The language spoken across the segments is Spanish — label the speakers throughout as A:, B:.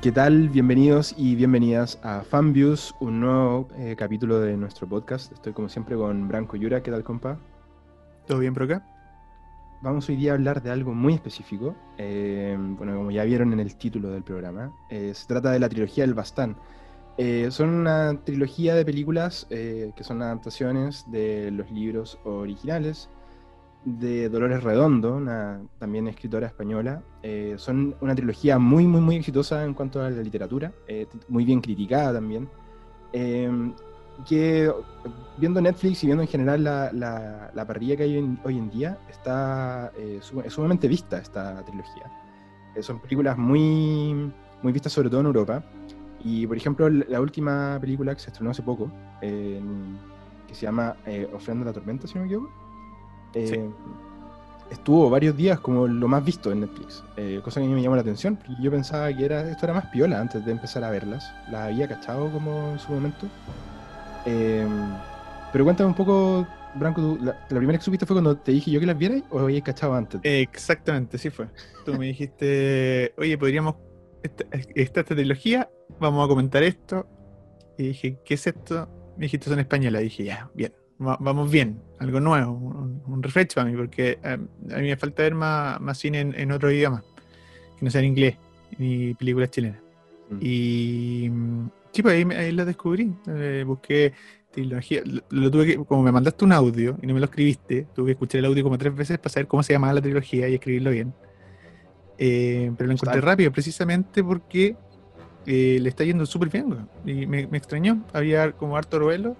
A: ¿Qué tal? Bienvenidos y bienvenidas a Fanviews, un nuevo capítulo de nuestro podcast. Estoy como siempre con Branco Yura. ¿Qué tal, compa?
B: ¿Todo bien por acá?
A: Vamos hoy día a hablar de algo muy específico. Bueno, como ya vieron en el título del programa, se trata de la trilogía del Bastán. Son una trilogía de películas que son adaptaciones de los libros originales de Dolores Redondo, una también escritora española. Son una trilogía muy exitosa en cuanto a la literatura, muy bien criticada también. Eh, que viendo Netflix y viendo en general la parrilla que hay hoy en día, está es sumamente vista esta trilogía. Son películas muy vistas sobre todo en Europa. Y por ejemplo, la última película que se estrenó hace poco, que se llama Ofrenda a la Tormenta, si no me equivoco,
B: Sí.
A: eh, estuvo varios días como lo más visto en Netflix, cosa que a mí me llamó la atención, porque yo pensaba que esto era más piola antes de empezar a verlas. La había cachado como en su momento. Eh, pero cuéntame un poco, Branco, la primera que supiste fue cuando te dije yo que las vieras o habías cachado antes.
B: Exactamente, sí fue. Tú me dijiste, oye, podríamos, esta trilogía, vamos a comentar esto. Y dije, ¿qué es esto? Me dijiste, son españolas. Y dije, ya, bien, vamos bien, algo nuevo, un refresh para mí, porque a mí me falta ver más cine en otro idioma, que no sea en inglés, ni películas chilenas.
A: Mm.
B: Y sí, pues ahí la descubrí. Busqué trilogía. Lo tuve que, como me mandaste un audio y no me lo escribiste, tuve que escuchar el audio como 3 veces para saber cómo se llamaba la trilogía y escribirlo bien. Pero lo encontré
A: Está-
B: rápido, precisamente porque le está yendo súper bien, weón. Y me extrañó. Había como harto revuelo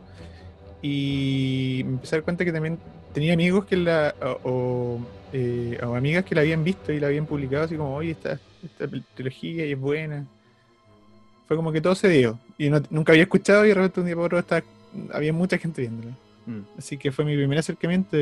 B: y me empecé a dar cuenta que también tenía amigos que o amigas que la habían visto y la habían publicado así como, oye, esta trilogía y es buena. Fue como que todo se dio. Y nunca había escuchado y de repente un día por otro había mucha gente viéndolo.
A: mm,
B: Así que fue mi primer acercamiento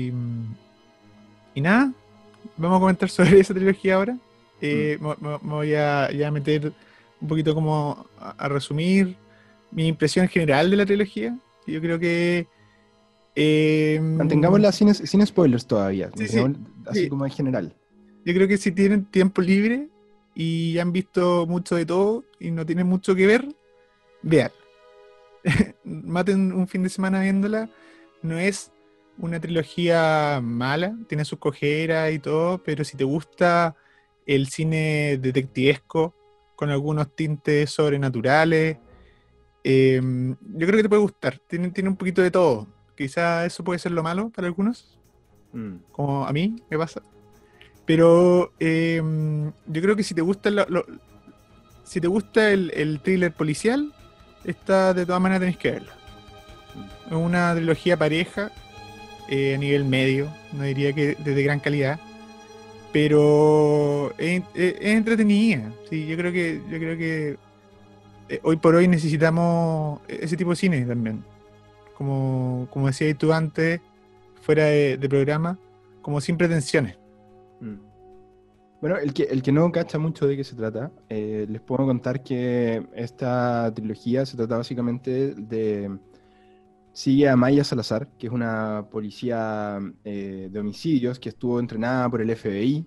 B: y nada, vamos a comentar sobre esa trilogía ahora.
A: mm.
B: Me voy a ya meter un poquito como a resumir mi impresión general de la trilogía. Yo creo que...
A: Mantengámosla sin spoilers todavía,
B: sí, sí,
A: mantengámosla así
B: sí.
A: como en general.
B: Yo creo que si tienen tiempo libre y han visto mucho de todo y no tienen mucho que ver, vean. Maten un fin de semana viéndola. No es una trilogía mala, tiene sus cojeras y todo, pero si te gusta el cine detectivesco con algunos tintes sobrenaturales, yo creo que te puede gustar. Tiene un poquito de todo. Quizá eso puede ser lo malo para algunos,
A: Mm,
B: como a mí me pasa. Pero yo creo que si te gusta el thriller policial, esta de todas maneras tenés que verla.
A: mm.
B: Es una trilogía pareja, a nivel medio, no diría que de gran calidad, pero es entretenida. Sí, yo creo que hoy por hoy necesitamos ese tipo de cine también. Como decías tú antes, fuera de programa, como sin pretensiones.
A: Mm. Bueno, el que no cacha mucho de qué se trata, les puedo contar que esta trilogía se trata básicamente de... Sigue a Maya Salazar, que es una policía de homicidios que estuvo entrenada por el FBI.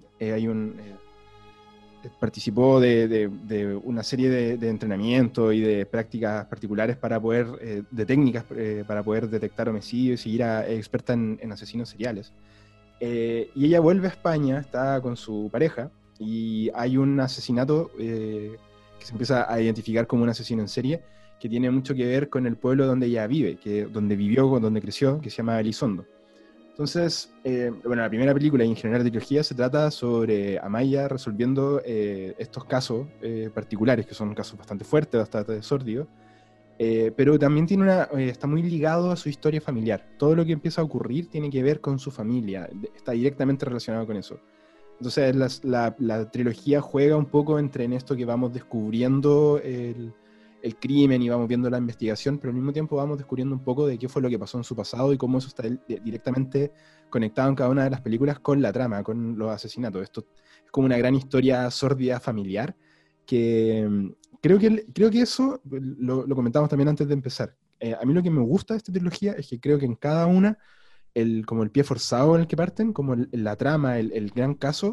A: Participó de una serie de entrenamiento y de prácticas particulares para poder, de técnicas para poder detectar homicidios y era experta en asesinos seriales. Y ella vuelve a España, está con su pareja, y hay un asesinato que se empieza a identificar como un asesino en serie, que tiene mucho que ver con el pueblo donde ella vive, donde vivió, donde creció, que se llama Elizondo. Entonces, bueno, la primera película y en general de trilogía se trata sobre Amaya resolviendo estos casos particulares, que son casos bastante fuertes, bastante sórdidos, pero también está muy ligado a su historia familiar. Todo lo que empieza a ocurrir tiene que ver con su familia, está directamente relacionado con eso. Entonces la trilogía juega un poco en esto que vamos descubriendo el crimen y vamos viendo la investigación, pero al mismo tiempo vamos descubriendo un poco de qué fue lo que pasó en su pasado y cómo eso está directamente conectado en cada una de las películas con la trama, con los asesinatos. Esto es como una gran historia sórdida familiar que creo que eso lo comentamos también antes de empezar. A mí lo que me gusta de esta trilogía es que creo que en cada una como el pie forzado en el que parten, como la trama, el gran caso,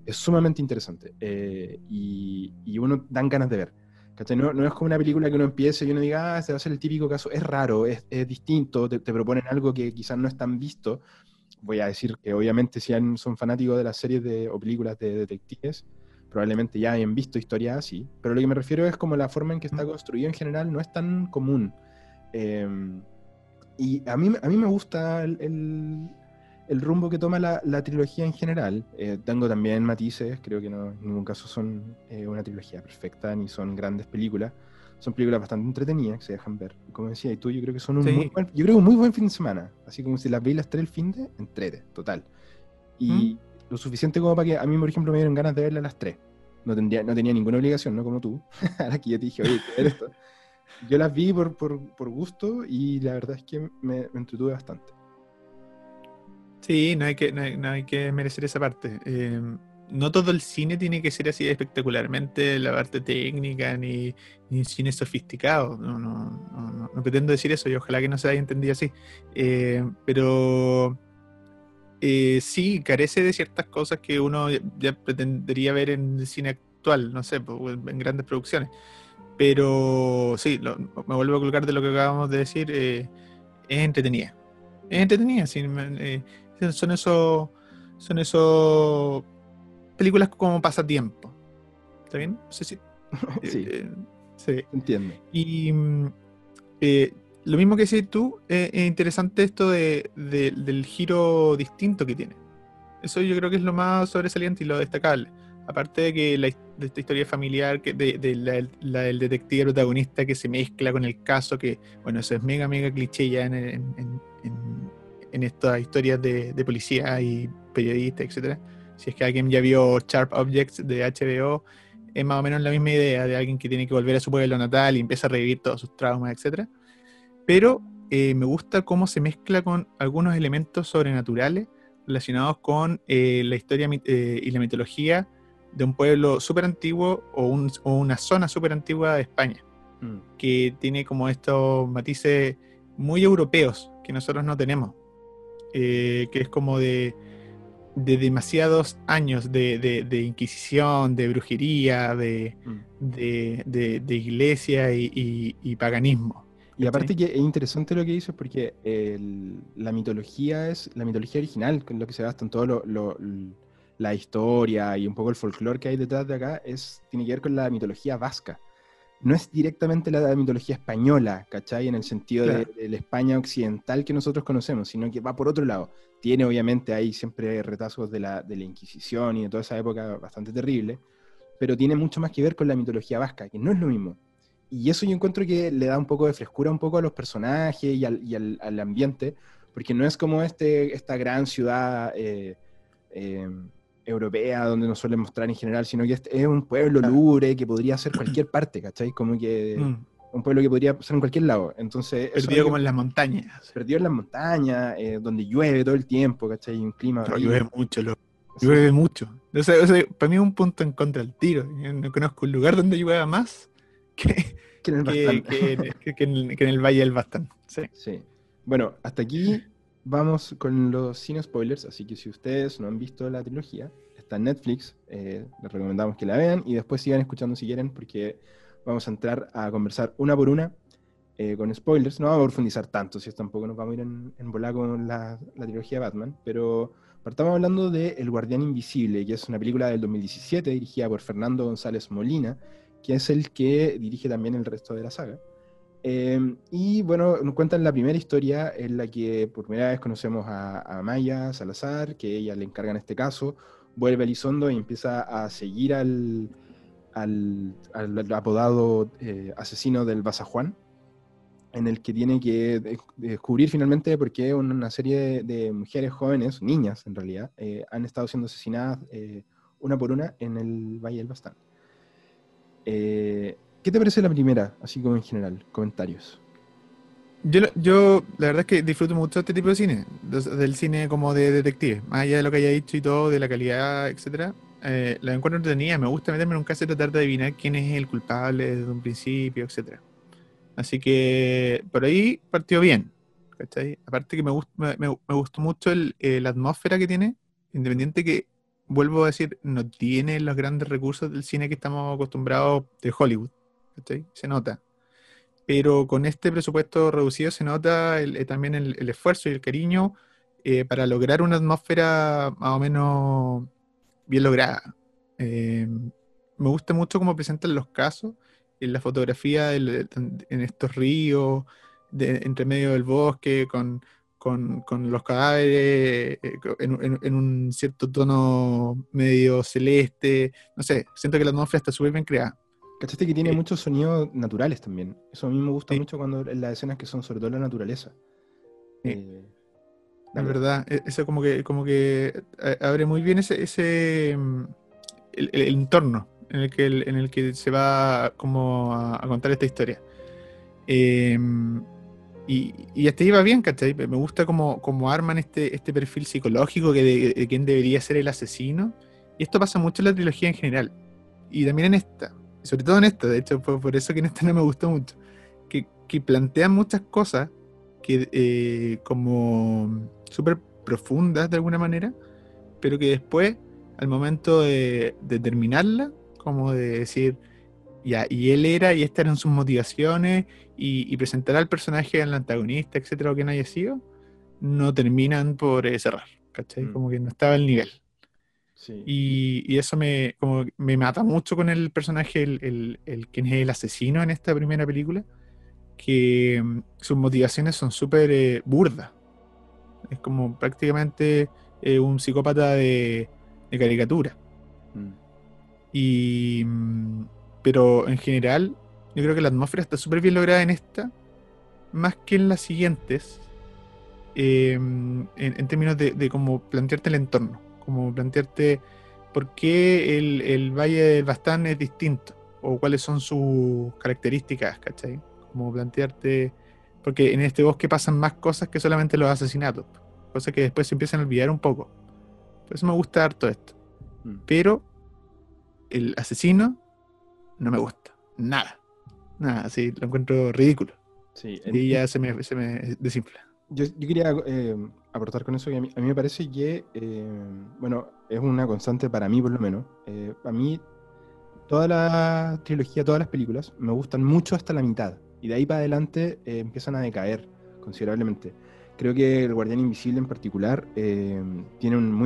A: es sumamente interesante. Y uno dan ganas de ver. ¿Cachai? No es como una película que uno empiece y uno diga, este va a ser el típico caso. Es raro, es distinto, te proponen algo que quizás no es tan visto. Voy a decir que obviamente si son fanáticos de las series o películas de detectives, probablemente ya hayan visto historias así. Pero lo que me refiero es como la forma en que está construido en general no es tan común. Eh, y a mí me gusta el rumbo que toma la trilogía en general. Tengo también matices, creo que no, en ningún caso son una trilogía perfecta, ni son grandes películas. Son películas bastante entretenidas que se dejan ver. Y como decía, y tú, yo creo que son
B: Sí.
A: yo creo un muy buen fin de semana. Así como si las veis las tres el fin de, entrete, total.
B: ¿Mm?
A: Y lo suficiente como para que a mí, por ejemplo, me dieron ganas de verlas las tres. No tenía ninguna obligación, no como tú. Ahora que yo te dije, oye, hay que ver esto. Yo las vi por gusto y la verdad es que me entretuve bastante.
B: Sí, no hay que merecer esa parte. No todo el cine tiene que ser así espectacularmente la parte técnica ni cine sofisticado. No pretendo decir eso y ojalá que no se haya entendido así. Pero sí, carece de ciertas cosas que uno ya pretendería ver en el cine actual, no sé, pues, en grandes producciones. Pero sí, me vuelvo a colgar de lo que acabamos de decir. Es entretenida. Es entretenida, sí, son esos, son esos películas como pasatiempo. ¿Está bien? No sé si,
A: Sí,
B: sí.
A: entiendo.
B: Y eh, lo mismo que decís tú, es interesante esto del giro distinto que tiene. Eso yo creo que es lo más sobresaliente y lo destacable. Aparte de que de esta historia familiar, de la del detective protagonista que se mezcla con el caso, que, bueno, eso es mega, mega cliché ya en estas historias de policía y periodistas, etcétera. Si es que alguien ya vio Sharp Objects de HBO, es más o menos la misma idea de alguien que tiene que volver a su pueblo natal y empieza a revivir todos sus traumas, etcétera. Pero me gusta cómo se mezcla con algunos elementos sobrenaturales relacionados con la historia y la mitología de un pueblo súper antiguo o una zona súper antigua de España,
A: Mm.
B: que tiene como estos matices muy europeos que nosotros no tenemos, que es como de demasiados años de Inquisición, de brujería,
A: Mm.
B: de iglesia y paganismo.
A: Y
B: ¿Cachai?
A: aparte que es interesante lo que dices porque la mitología es la mitología original, con lo que se basa en todo la historia y un poco el folclore que hay detrás de acá, tiene que ver con la mitología vasca. No es directamente la mitología española, ¿cachai? En el sentido
B: Claro.
A: de la España occidental que nosotros conocemos, sino que va por otro lado. Tiene obviamente ahí siempre retazos de la Inquisición y de toda esa época bastante terrible, pero tiene mucho más que ver con la mitología vasca, que no es lo mismo. Y eso yo encuentro que le da un poco de frescura un poco a los personajes y al ambiente, porque no es como esta gran ciudad eh, europea donde nos suelen mostrar en general, sino que es un pueblo
B: Claro.
A: lúgubre que podría ser cualquier parte, ¿cachai? Como que
B: Mm.
A: un pueblo que podría ser en cualquier lado. Entonces, eso a
B: Perdido
A: mí
B: como en las montañas.
A: perdido en las montañas, donde llueve todo el tiempo, ¿cachai? Un clima
B: No,
A: ahí.
B: llueve mucho,
A: Sí,
B: llueve mucho. O sea, para mí es un punto en contra del tiro. Yo no conozco un lugar donde llueva más que,
A: que en el
B: que,
A: bastante.
B: que en el Valle del Bastán. Sí.
A: Sí. Bueno, hasta aquí vamos con los sin spoilers, así que si ustedes no han visto la trilogía, está en Netflix, les recomendamos que la vean y después sigan escuchando si quieren, porque vamos a entrar a conversar una por una con spoilers. No vamos a profundizar tanto, si tampoco nos vamos a ir en volar con la trilogía de Batman, pero partamos hablando de El Guardián Invisible, que es una película del 2017 dirigida por Fernando González Molina, que es el que dirige también el resto de la saga. Y bueno, nos cuentan la primera historia en la que por primera vez conocemos a Maya Salazar, que ella le encarga en este caso, vuelve a Elizondo y empieza a seguir al apodado asesino del Basajuan, en el que tiene que descubrir finalmente por qué una serie de mujeres jóvenes, niñas en realidad, han estado siendo asesinadas una por una en el Valle del Bastán. ¿Qué te parece la primera, así como en general? Comentarios.
B: Yo la verdad es que disfruto mucho este tipo de cine, del cine como de detective, más allá de lo que haya dicho y todo, de la calidad, etcétera. La encuentro entretenida, me gusta meterme en un caso y tratar de adivinar quién es el culpable desde un principio, etcétera. Así que por ahí partió bien, ¿cachai? Aparte que me gustó mucho la atmósfera que tiene, independiente que vuelvo a decir, no tiene los grandes recursos del cine que estamos acostumbrados de Hollywood, ¿cachai? Se nota. Pero con este presupuesto reducido se nota también el esfuerzo y el cariño para lograr una atmósfera más o menos bien lograda. Me gusta mucho cómo presentan los casos en la fotografía en estos ríos, entre medio del bosque, con los cadáveres en un cierto tono medio celeste. No sé, siento que la atmósfera está súper bien creada.
A: ¿Cachaste que tiene
B: Eh,
A: muchos sonidos naturales también? Eso a mí me gusta
B: sí,
A: mucho cuando en las escenas que son sobre todo la naturaleza.
B: sí.
A: Eh,
B: Es
A: Dale.
B: verdad, eso como que abre muy bien el entorno en el que se va como a contar esta historia. Eh, y hasta ahí va bien, ¿cachai? Me gusta como arman este perfil psicológico de quién debería ser el asesino. Y esto pasa mucho en la trilogía en general. Y también en esta, sobre todo en esta, de hecho, por eso que en esta no me gustó mucho. Que plantean muchas cosas que como súper profundas de alguna manera, pero que después, al momento de terminarla, como de decir, ya, y él era, y estas eran sus motivaciones, y presentar al personaje, al antagonista, etcétera, o quien haya sido, no terminan por cerrar, ¿cachai?
A: Mm,
B: Como que no estaba al nivel.
A: sí.
B: Y eso como me mata mucho con el personaje, quien es el asesino en esta primera película, que sus motivaciones son súper burdas. Es como prácticamente un psicópata de caricatura.
A: Mm,
B: Y, pero en general, yo creo que la atmósfera está súper bien lograda en esta, más que en las siguientes, en términos de cómo plantearte el entorno, como plantearte por qué el Valle del Bastán es distinto, o cuáles son sus características, ¿cachai? Como plantearte, porque en este bosque pasan más cosas que solamente los asesinatos, cosas que después se empiezan a olvidar un poco. Por eso me gusta harto esto.
A: mm,
B: Pero el asesino no me gusta, nada, nada, así lo encuentro ridículo.
A: sí.
B: Y ya se me desinfla.
A: Yo quería aportar con eso que a mí me parece que, bueno, es una constante para mí por lo menos. A mí toda la trilogía, todas las películas me gustan mucho hasta la mitad. Y de ahí para adelante empiezan a decaer considerablemente. Creo que El Guardián Invisible en particular tiene un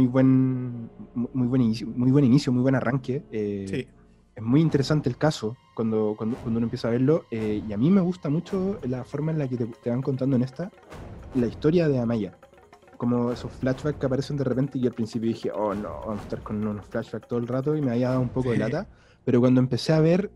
A: muy buen inicio, muy buen arranque.
B: Sí,
A: Es muy interesante el caso cuando uno empieza a verlo. Y a mí me gusta mucho la forma en la que te van contando en esta la historia de Amaya. Como esos flashbacks que aparecen de repente y al principio dije, oh no, vamos a estar con unos flashbacks todo el rato y me había dado un poco de
B: sí,
A: lata. Pero cuando empecé a ver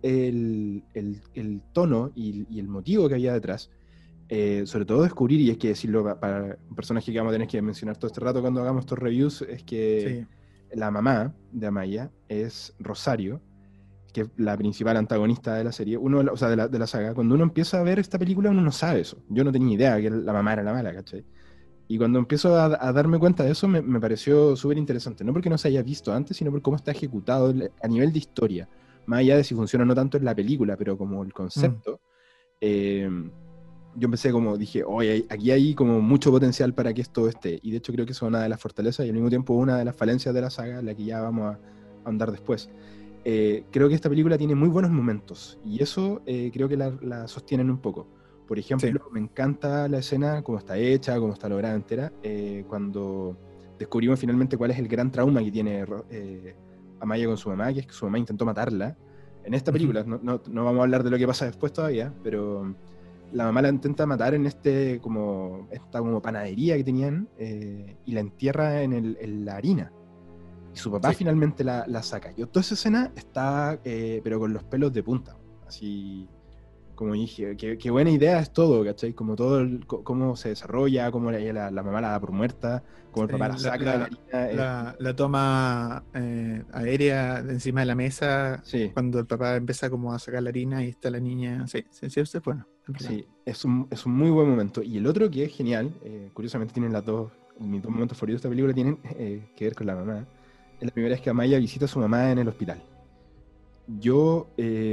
A: el tono y el motivo que había detrás, sobre todo descubrir, y es que decirlo para un personaje que vamos a tener que mencionar todo este rato cuando hagamos estos reviews, es que
B: sí,
A: la mamá de Amaya es Rosario, que es la principal antagonista de la serie, o sea, de la saga. Cuando uno empieza a ver esta película, uno no sabe eso. Yo no tenía idea que la mamá era la mala, ¿cachai? Y cuando empiezo a darme cuenta de eso, me pareció súper interesante. No porque no se haya visto antes, sino por cómo está ejecutado a nivel de historia. Más allá de si funciona o no tanto en la película, pero como el
B: mm,
A: concepto, eh, yo empecé como, dije, oye, aquí hay como mucho potencial para que esto esté. Y de hecho creo que eso es una de las fortalezas y al mismo tiempo una de las falencias de la saga, la que ya vamos a andar después. Creo que esta película tiene muy buenos momentos y eso creo que la sostienen un poco. Por
B: sí,
A: ejemplo, me encanta la escena, cómo está hecha, cómo está lograda entera, cuando descubrimos finalmente cuál es el gran trauma que tiene Amaya con su mamá, que es que su mamá intentó matarla. En esta
B: ujú,
A: película, no vamos a hablar de lo que pasa después todavía, pero la mamá la intenta matar en esta como panadería que tenían y la entierra en la harina. Y su papá
B: sí.
A: finalmente la saca. Yo toda esa escena está, pero con los pelos de punta. Así como dije, qué buena idea es todo, ¿cachai? Como todo, cómo se desarrolla, cómo la mamá la da por muerta, cómo el papá
B: Sí,
A: la saca de la harina.
B: la toma aérea de encima de la mesa
A: Sí,
B: cuando el papá empieza como a sacar la harina y está la niña. Sí, sí, sí, eso es bueno, es verdad.
A: sí, es un muy buen momento. Y el otro que es genial, curiosamente tienen mis dos momentos favoritos de esta película tienen que ver con la mamá. Es la primera vez que Amaya visita a su mamá en el hospital. Yo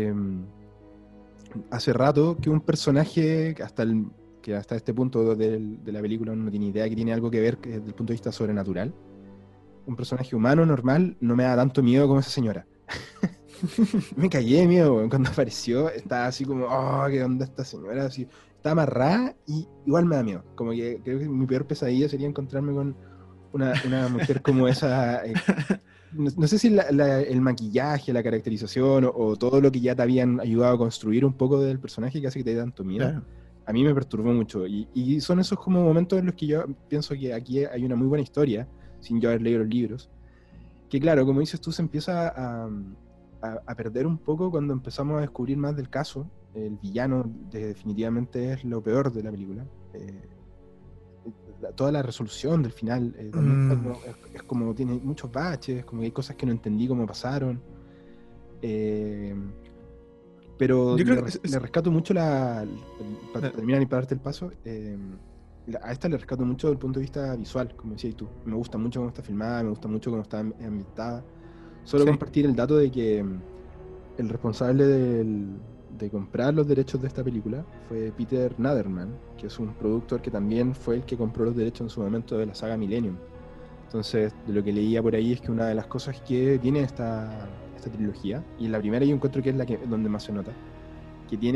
A: hace rato que un personaje que hasta este punto de la película uno no tiene idea que tiene algo que ver desde el punto de vista sobrenatural, un personaje humano normal no me da tanto miedo como esa señora. Me cagué de miedo, weón. Cuando apareció, estaba así como, oh, ¿qué onda esta señora? Así, está amarrada y igual me da miedo. Como que creo que mi peor pesadilla sería encontrarme con una mujer como esa. No sé si el maquillaje, la caracterización o todo lo que ya te habían ayudado a construir un poco del personaje que hace que te dé tanto miedo.
B: Claro.
A: A mí me perturbó mucho. Y son esos como momentos en los que yo pienso que aquí hay una muy buena historia, sin yo haber leído los libros. Que claro, como dices tú, se empieza a perder un poco cuando empezamos a descubrir más del caso. El villano definitivamente es lo peor de la película. Toda la resolución del final también es como tiene muchos baches, como que hay cosas que no entendí cómo pasaron. Eh, pero
B: Yo creo que
A: le rescato mucho para terminar y para darte el paso, a esta le rescato mucho desde el punto de vista visual, como decías tú. Me gusta mucho cómo está filmada, me gusta mucho cómo está ambientada. Solo
B: sí.
A: compartir el dato de que el responsable de comprar los derechos de esta película fue Peter Naderman, que es un productor que también fue el que compró los derechos en su momento de la saga Millennium. Entonces, de lo que leía por ahí es que una de las cosas que tiene esta trilogía, y la primera yo encuentro que es donde más se nota, que tiene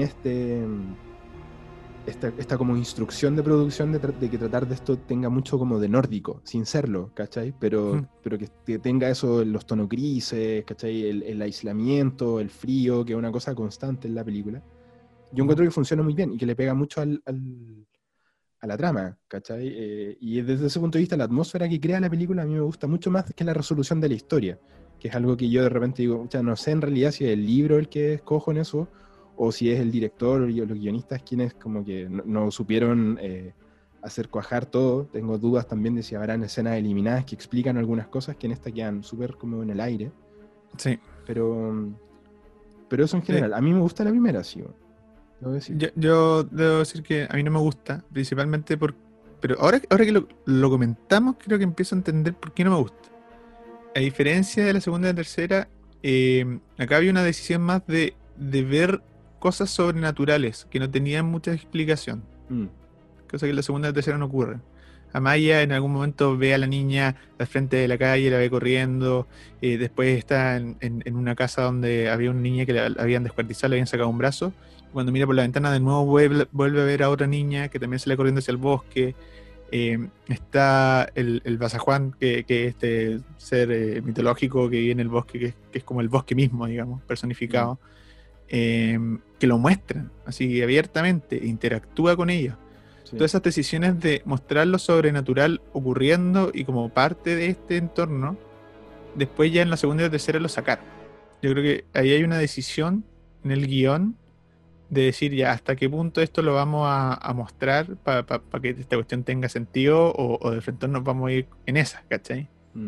A: esta como instrucción de producción de que tratar de esto tenga mucho como de nórdico, sin serlo, ¿cachai? Pero que tenga eso, los tonos grises, ¿cachai? El aislamiento, el frío, que es una cosa constante en la película. Yo encuentro que funciona muy bien y que le pega mucho a la trama, ¿cachai? Y desde ese punto de vista, la atmósfera que crea la película a mí me gusta mucho más que la resolución de la historia, que es algo que yo de repente digo, o sea, no sé en realidad si es el libro el que escojo en eso, o si es el director o los guionistas quienes como que no supieron hacer cuajar todo. Tengo dudas también de si habrán escenas eliminadas que explican algunas cosas que en esta quedan súper como en el aire.
B: Sí.
A: Pero, pero eso en general, a mí me gusta la primera, sí, debo decir.
B: Yo debo decir que a mí no me gusta, principalmente por... Pero ahora que lo comentamos, creo que empiezo a entender por qué no me gusta. A diferencia de la segunda y la tercera, acá había una decisión más de ver cosas sobrenaturales que no tenían mucha explicación.
A: Mm,
B: Cosa que en la segunda y la tercera no ocurren. Amaya en algún momento ve a la niña al frente de la calle, la ve corriendo, después está en una casa donde había una niña que la habían descuartizado, le habían sacado un brazo. Cuando mira por la ventana de nuevo vuelve a ver a otra niña que también sale corriendo hacia el bosque. Está el Basajuan, que es este ser mitológico que vive en el bosque, que es como el bosque mismo, digamos, personificado, que lo muestran así abiertamente, e interactúa con ellos.
A: sí.
B: Todas esas decisiones de mostrar lo sobrenatural ocurriendo y como parte de este entorno, después ya en la segunda y la tercera lo sacaron. Yo creo que ahí hay una decisión en el guión de decir ya hasta qué punto esto lo vamos a mostrar para que esta cuestión tenga sentido o de frente nos vamos a ir en esa, ¿cachai?
A: Mm,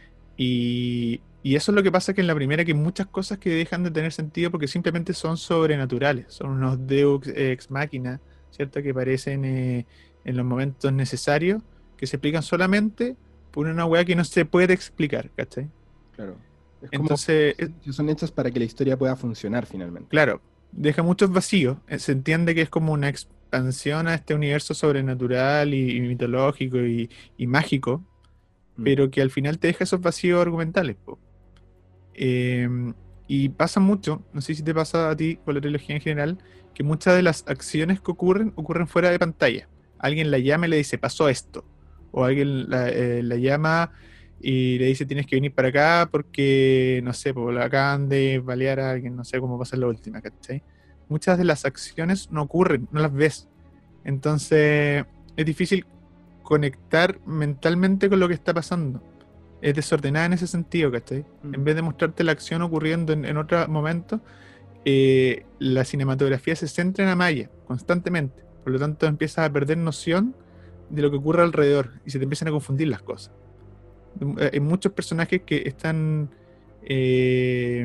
B: Y eso es lo que pasa que en la primera que hay muchas cosas que dejan de tener sentido porque simplemente son sobrenaturales, son unos Deus ex machina, ¿cierto? Que aparecen en los momentos necesarios, que se explican solamente por una weá que no se puede explicar, ¿cachai?
A: claro. Es como
B: Entonces,
A: que son hechas para que la historia pueda funcionar finalmente.
B: claro, deja muchos vacíos. Se entiende que es como una expansión a este universo sobrenatural y mitológico y mágico,
A: Mm,
B: pero que al final te deja esos vacíos argumentales, po. Eh, y pasa mucho, no sé si te pasa a ti con la trilogía en general, que muchas de las acciones que ocurren fuera de pantalla. Alguien la llama y le dice, pasó esto. O alguien la llama y le dice, tienes que venir para acá porque, no sé, pues la acaban de balear a alguien, no sé cómo pasa en la última, ¿cachai? Muchas de las acciones no ocurren, no las ves. Entonces es difícil conectar mentalmente con lo que está pasando. Es desordenada en ese sentido, ¿cachai?
A: mm.
B: En vez de mostrarte la acción ocurriendo en otro momento, la cinematografía se centra en Amaya constantemente. Por lo tanto, empiezas a perder noción de lo que ocurre alrededor y se te empiezan a confundir las cosas. Hay muchos personajes que están eh,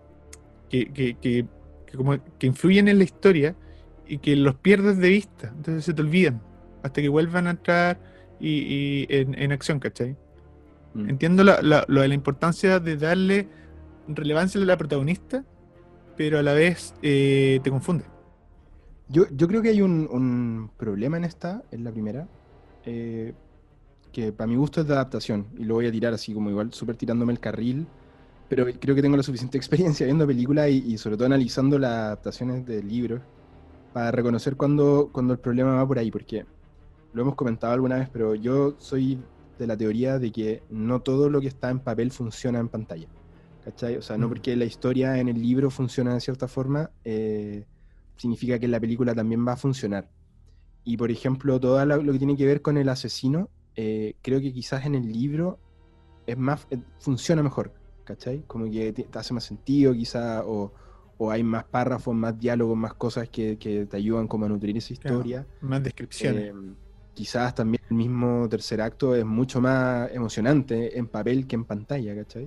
B: que como que influyen en la historia y que los pierdes de vista, entonces se te olvidan hasta que vuelvan a entrar y en acción, ¿cachai?
A: Mm.
B: Entiendo lo de la importancia de darle relevancia a la protagonista, pero a la vez te confunde.
A: Yo creo que hay un problema en la primera, eh, que para mi gusto es de adaptación, y lo voy a tirar así como igual, súper tirándome el carril, pero creo que tengo la suficiente experiencia viendo películas y sobre todo analizando las adaptaciones de libros para reconocer cuando el problema va por ahí, porque lo hemos comentado alguna vez, pero yo soy de la teoría de que no todo lo que está en papel funciona en pantalla. ¿Cachai? O sea, no porque la historia en el libro funciona de cierta forma, significa que en la película también va a funcionar. Y por ejemplo, todo lo que tiene que ver con el asesino, creo que quizás en el libro es más, funciona mejor, ¿cachai? Como que te hace más sentido quizás, o hay más párrafos, más diálogos, más cosas que te ayudan como a nutrir esa
B: Claro,
A: historia.
B: más descripciones.
A: Quizás también el mismo tercer acto es mucho más emocionante en papel que en pantalla, ¿cachai?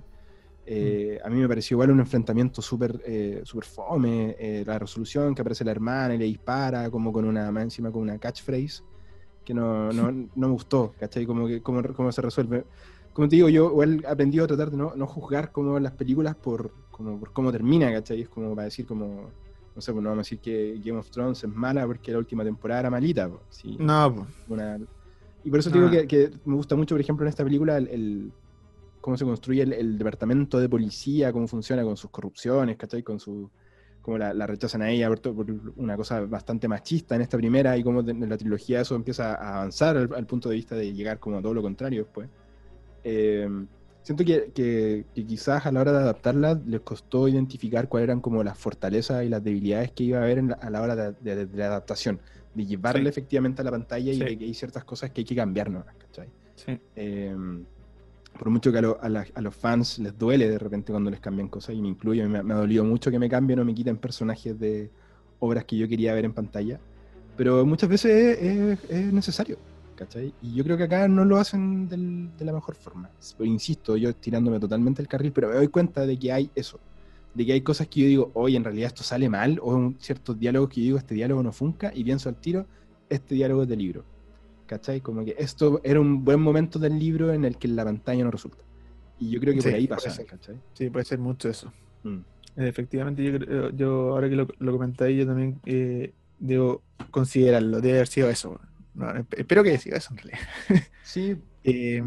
A: A mí me pareció igual un enfrentamiento súper fome, la resolución que aparece la hermana y le dispara como con más encima con una catchphrase que no me gustó, ¿cachai? Como que cómo se resuelve. Como te digo, yo igual he aprendido a tratar de no juzgar como las películas por cómo termina, ¿cachai? Es como para decir como, no sé, pues no vamos a decir que Game of Thrones es mala porque la última temporada era malita, pues, sí,
B: No, po,
A: y por eso te
B: no,
A: digo
B: no.
A: que me gusta mucho, por ejemplo, en esta película cómo se construye el departamento de policía, cómo funciona con sus corrupciones, ¿cachai? Cómo la rechazan a ella por una cosa bastante machista en esta primera y cómo en la trilogía eso empieza a avanzar al punto de vista de llegar como a todo lo contrario después. Eh, Siento que quizás a la hora de adaptarla les costó identificar cuáles eran como las fortalezas y las debilidades que iba a haber a la hora de la adaptación, de llevarla
B: Sí,
A: efectivamente a la pantalla y
B: sí,
A: de que hay ciertas cosas que hay que cambiarnos, ¿cachai?
B: sí.
A: Eh, por mucho que a los fans les duele de repente cuando les cambian cosas, y me incluyo, me ha dolido mucho que me cambien o me quiten personajes de obras que yo quería ver en pantalla, pero muchas veces es necesario, ¿cachai? Y yo creo que acá no lo hacen de la mejor forma. Pero insisto, yo tirándome totalmente el carril, pero me doy cuenta de que hay eso, de que hay cosas que yo digo, oye, en realidad esto sale mal, o ciertos diálogos que yo digo, este diálogo no funca, y pienso al tiro, este diálogo es de libro. ¿Cachai? Como que esto era un buen momento del libro en el que en la pantalla no resulta. Y yo creo que por
B: Sí,
A: ahí
B: puede
A: pasa,
B: ser.
A: ¿cachai?
B: Sí, puede ser mucho eso.
A: Mm.
B: Efectivamente, yo ahora que lo comentáis, yo también debo considerarlo, debe haber sido eso. No, espero que haya sido eso en realidad.
A: Sí,
B: Eh,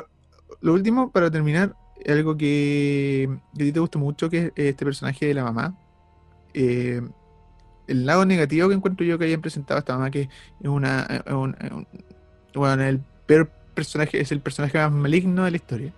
B: lo último, para terminar, algo que a ti te gustó mucho, que es este personaje de la mamá. Eh, el lado negativo que encuentro yo que hayan presentado a esta mamá, que es bueno, el peor personaje, es el personaje más maligno de la historia.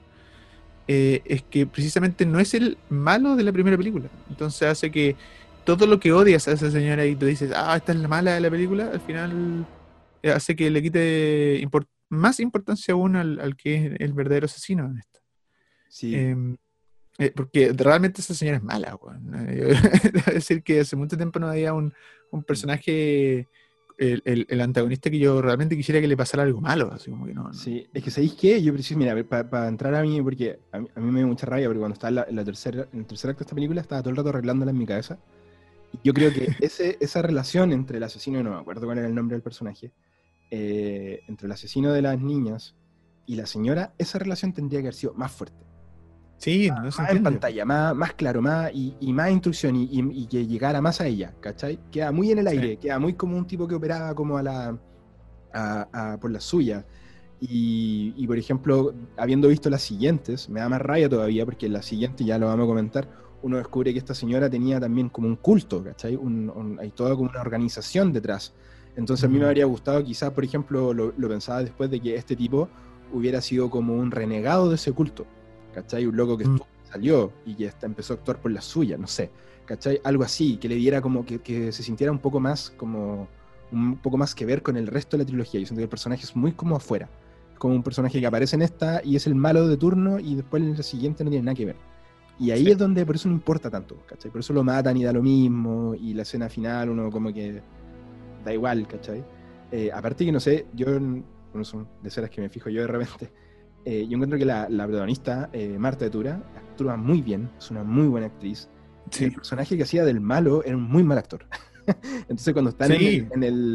B: Es que precisamente no es el malo de la primera película. Entonces hace que todo lo que odias a esa señora y tú dices, ah, esta es la mala de la película, al final hace que le quite más importancia aún al que es el verdadero asesino en esto.
A: sí.
B: Em, porque realmente esa señora es mala, weón. Debo decir que hace mucho tiempo no había un
A: Mm.
B: personaje, el antagonista que yo realmente quisiera que le pasara algo malo, así como que no.
A: Sí, es que ¿sabéis qué? Yo preciso, mira, para entrar a mí, porque a mí me dio mucha rabia, porque cuando estaba en el tercer acto de esta película, estaba todo el rato arreglándola en mi cabeza. Y yo creo que esa relación entre el asesino, y no me acuerdo cuál era el nombre del personaje, entre el asesino de las niñas y la señora, esa relación tendría que haber sido más fuerte.
B: Sí, no se
A: Más en
B: entiende.
A: pantalla, más claro, y más instrucción y que llegara más a ella, ¿cachai? Queda muy en el
B: Sí.
A: aire, queda muy como un tipo que operaba como por la suya. Por ejemplo, habiendo visto las siguientes, me da más rabia todavía porque en la siguiente, ya lo vamos a comentar, uno descubre que esta señora tenía también como un culto, ¿cachai? Hay toda como una organización detrás. Entonces a mí me
B: Mm,
A: habría gustado, quizás, por ejemplo, lo pensaba después de que este tipo hubiera sido como un renegado de ese culto, ¿cachai? Un loco que
B: mm,
A: salió y que empezó a actuar por la suya, no sé, ¿cachai? Algo así, que le diera como que se sintiera un poco más que ver con el resto de la trilogía. Yo siento que el personaje es muy como afuera. Es como un personaje que
B: sí,
A: aparece en esta y es el malo de turno y después en la siguiente no tiene nada que ver. Y ahí
B: sí.
A: es donde por eso no importa tanto, ¿cachai? Por eso lo matan y da lo mismo, y la escena final uno como que da igual, ¿cachai? Aparte que no sé, bueno, son de escenas que me fijo yo de repente, yo encuentro que la protagonista, Marta de Tura, actúa muy bien, es una muy buena actriz, y el
B: Sí,
A: personaje que hacía del malo era un muy mal actor. Entonces cuando están
B: sí,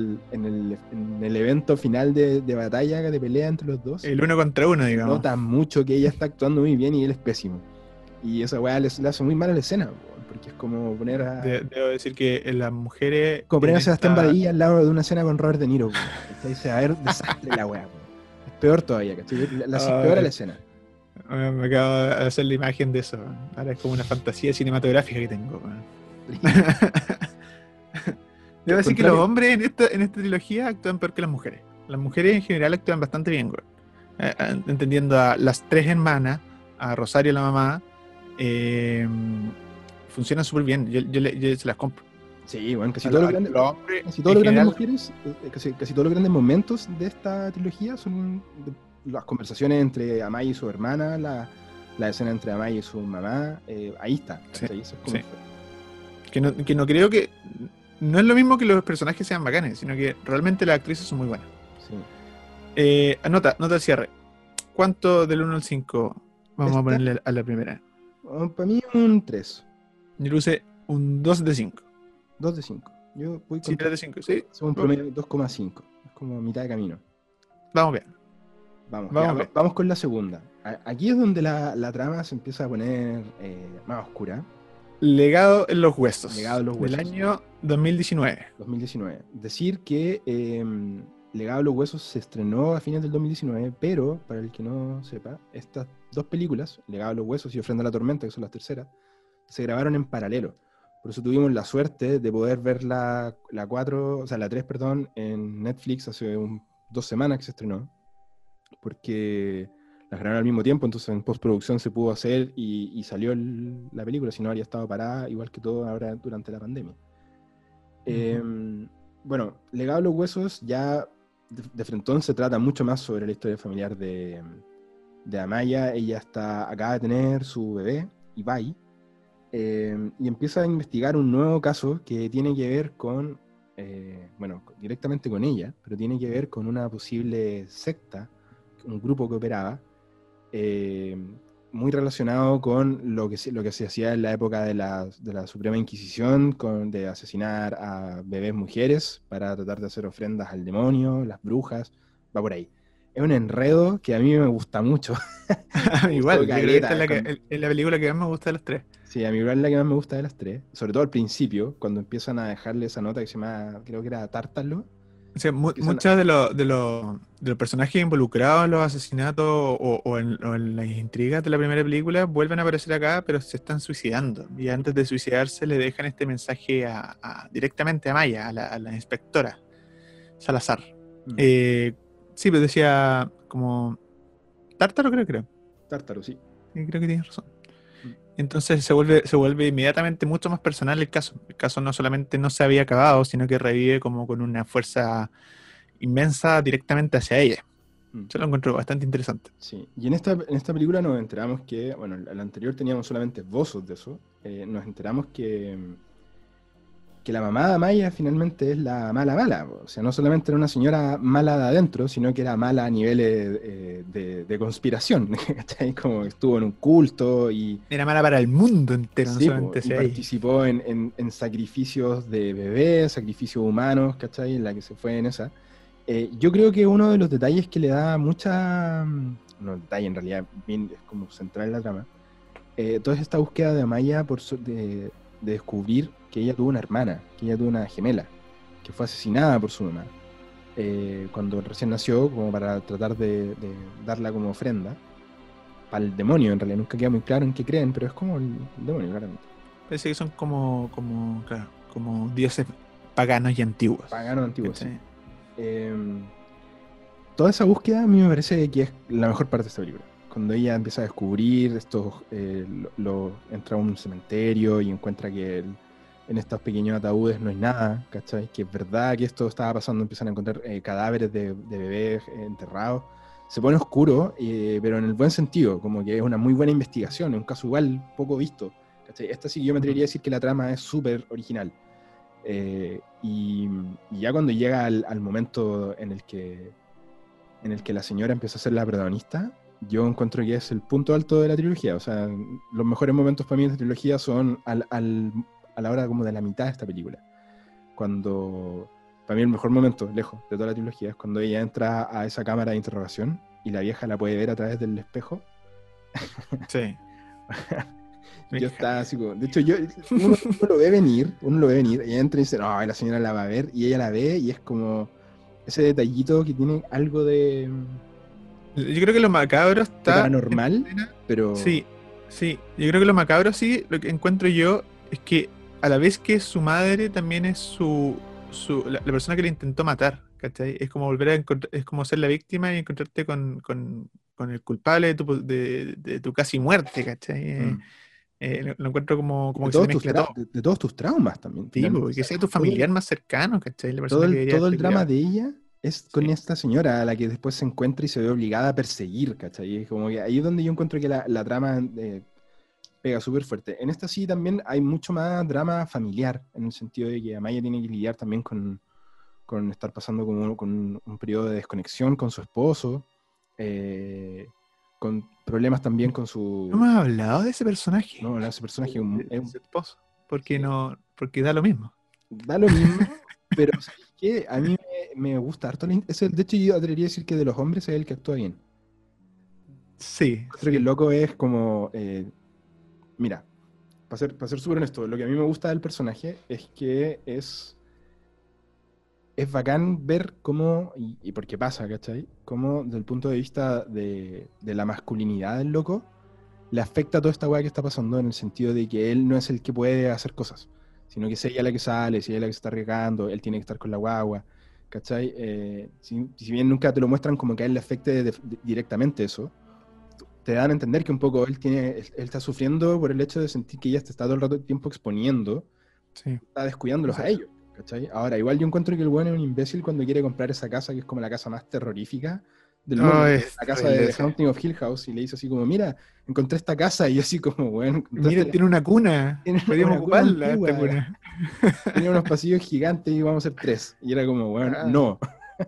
A: en el evento final de batalla, de pelea entre los dos,
B: el uno contra uno,
A: se
B: digamos.
A: nota mucho que ella está actuando muy bien y él es pésimo. Y esa weá le hace muy mal a la escena, weón, porque es
B: Debo decir que las mujeres
A: como poner
B: en
A: a Sebastián
B: esta...
A: Badilla al lado de una escena con Robert De Niro, weón. ¿Cachai? Se va a ver desastre la weá, weón. Es peor todavía, ¿cachai? Peor a la escena.
B: Me acabo de hacer la imagen de eso. Ahora es como una fantasía cinematográfica que tengo. Debo decir que los hombres en esta trilogía actúan peor que las mujeres. Las mujeres en general actúan bastante bien, güey. Entendiendo a las tres hermanas, a Rosario la mamá, funcionan súper bien. Yo se las compro.
A: Sí, bueno, casi todos los grandes mujeres, casi todos los grandes momentos de esta trilogía son las conversaciones entre Amaya y su hermana, la escena entre Amaya y su mamá, ahí está.
B: Sí,
A: eso es como
B: que no creo que... No es lo mismo que los personajes sean bacanes, sino que realmente las actrices son muy buenas.
A: Sí.
B: Nota al cierre. ¿Cuánto del 1 al 5 vamos a ponerle a la primera?
A: Para mí un 3.
B: Yo le puse un 2 de 5.
A: 2 de 5. Yo voy con
B: 3 de 5, sí.
A: Un promedio de 2,5. Es como mitad de camino.
B: Vamos bien.
A: Vamos con la segunda. Aquí es donde la trama se empieza a poner más oscura.
B: Legado en los huesos.
A: Del
B: año 2019.
A: Decir que Legado en los huesos se estrenó a fines del 2019, pero para el que no sepa, estas dos películas, Legado en los huesos y Ofrenda a la tormenta, que son las terceras, se grabaron en paralelo. Por eso tuvimos la suerte de poder ver la 3, en Netflix hace 2 semanas que se estrenó, porque las grabaron al mismo tiempo, entonces en postproducción se pudo hacer y salió la película, si no habría estado parada, igual que todo ahora durante la pandemia. Bueno, Legado a los huesos ya de frentón se trata mucho más sobre la historia familiar de Amaya. Ella acaba de tener su bebé, Ibai, y empieza a investigar un nuevo caso que tiene que ver con, directamente con ella, pero tiene que ver con una posible secta, un grupo que operaba, muy relacionado con lo que se hacía en la época de la Suprema Inquisición, de asesinar a bebés mujeres para tratar de hacer ofrendas al demonio, las brujas, va por ahí. Es un enredo que a mí me gusta mucho.
B: Igual, yo creo que esta es la película que más me gusta de las tres.
A: Sí, a mí igual es la que más me gusta de las tres, sobre todo al principio, cuando empiezan a dejarle esa nota que se llama, creo que era Tártalo.
B: O sea, muchos de los personajes involucrados en los asesinatos o en las intrigas de la primera película vuelven a aparecer acá, pero se están suicidando. Y antes de suicidarse le dejan este mensaje directamente a Maya, a la inspectora Salazar. Sí, pero decía como... Tártaro creo.
A: Tártaro, sí.
B: Sí, creo que tienes razón. Entonces se vuelve inmediatamente mucho más personal el caso. El caso no solamente no se había acabado, sino que revive como con una fuerza inmensa directamente hacia ella. Yo lo encuentro bastante interesante.
A: Sí, y en esta película nos enteramos que, bueno, en la anterior teníamos solamente esbozos de eso. Nos enteramos que la mamá de Amaya finalmente es la mala. O sea, no solamente era una señora mala de adentro, sino que era mala a niveles de conspiración. Como estuvo en un culto y...
B: Era mala para el mundo entero,
A: sí, no solamente y participó en sacrificios de bebés, sacrificios humanos, ¿cachai? En la que se fue en esa. Yo creo que uno de los detalles que le da mucha... No, detalle en realidad, bien, es como central en la trama. Toda esta búsqueda de Amaya de descubrir que ella tuvo una hermana, que ella tuvo una gemela, que fue asesinada por su mamá cuando recién nació, como para tratar de darla como ofrenda para el demonio. En realidad nunca queda muy claro en qué creen, pero es como el demonio, claramente.
B: Parece que son como dioses paganos y antiguos.
A: Paganos antiguos, sí. Toda esa búsqueda a mí me parece que es la mejor parte de esta película. Cuando ella empieza a descubrir entra a un cementerio y encuentra que en estos pequeños ataúdes no hay nada, ¿cachai? Que es verdad que esto estaba pasando, empiezan a encontrar cadáveres de bebés enterrados. Se pone oscuro, pero en el buen sentido, como que es una muy buena investigación, es un caso igual poco visto, ¿cachai? Esta sí yo me atrevería a decir que la trama es súper original. Y ya cuando llega al momento en el que la señora empieza a ser la protagonista, yo encuentro que es el punto alto de la trilogía. O sea, los mejores momentos para mí de la trilogía son a la hora como de la mitad de esta película. Cuando, para mí el mejor momento, lejos de toda la trilogía, es cuando ella entra a esa cámara de interrogación y la vieja la puede ver a través del espejo.
B: Sí.
A: Yo estaba así como... De hecho, uno lo ve venir, ella entra y dice, no, la señora la va a ver, y ella la ve y es como ese detallito que tiene algo de
B: Yo creo que lo macabro
A: de
B: está en la
A: paranormal,
B: escena.
A: pero
B: Sí, sí. Yo creo que lo macabro sí, lo que encuentro yo es que a la vez que su madre también es la persona que le intentó matar, ¿cachai? Es como volver a encontrar, es como ser la víctima y encontrarte con el culpable de tu casi muerte, ¿cachai?
A: mm,
B: Lo encuentro como que se te mezcla todo.
A: de todos tus traumas también,
B: Sí,
A: finalmente. O
B: porque que
A: sea,
B: sea tu familiar más cercano, ¿cachai? La persona que debería
A: todo el
B: haberte
A: drama
B: cuidado.
A: de ella es con
B: Sí.
A: esta señora a la que después se encuentra y se ve obligada a perseguir, ¿cachai? Es como que ahí es donde yo encuentro que la trama pega súper fuerte. En esta sí también hay mucho más drama familiar, en el sentido de que Amaya tiene que lidiar también con estar pasando como con un periodo de desconexión con su esposo, con problemas también con
B: No
A: su...
B: me has hablado de ese personaje,
A: No, ese personaje
B: de su esposo, porque
A: sí,
B: no, porque da lo mismo.
A: da lo mismo, pero ¿sabes qué? A mí me gusta harto. De hecho, yo atrevería a decir que de los hombres es el que actúa bien.
B: Sí,
A: Creo que el
B: sí.
A: loco es como... mira, para ser súper honesto, lo que a mí me gusta del personaje es que es bacán ver cómo, y por qué pasa, ¿cachai? Cómo desde el punto de vista de la masculinidad del loco, le afecta toda esta weá que está pasando en el sentido de que él no es el que puede hacer cosas, sino que es ella la que sale, si ella la que se está arriesgando, él tiene que estar con la guagua, ¿cachai? Si bien nunca te lo muestran como que a él le afecte directamente eso, te dan a entender que un poco él está sufriendo por el hecho de sentir que ella te está todo el rato tiempo exponiendo,
B: Sí.
A: está descuidándolos
B: Pasa
A: a
B: eso.
A: ellos, ¿cachai? Ahora, igual yo encuentro que el weón es un imbécil cuando quiere comprar esa casa, que es como la casa más terrorífica del
B: Oh,
A: mundo, que es
B: es
A: la casa
B: terrible
A: de
B: ese.
A: Haunting of Hill House, y le dice así como, mira, encontré esta casa, y yo así como, bueno,
B: Mira,
A: encontraste
B: tiene una cuna.
A: tiene
B: Podríamos
A: una cuna
B: ocuparla, esta
A: antigua,
B: cuna.
A: tenía unos pasillos gigantes y vamos a ser tres, y era como, bueno,
B: Ah,
A: no.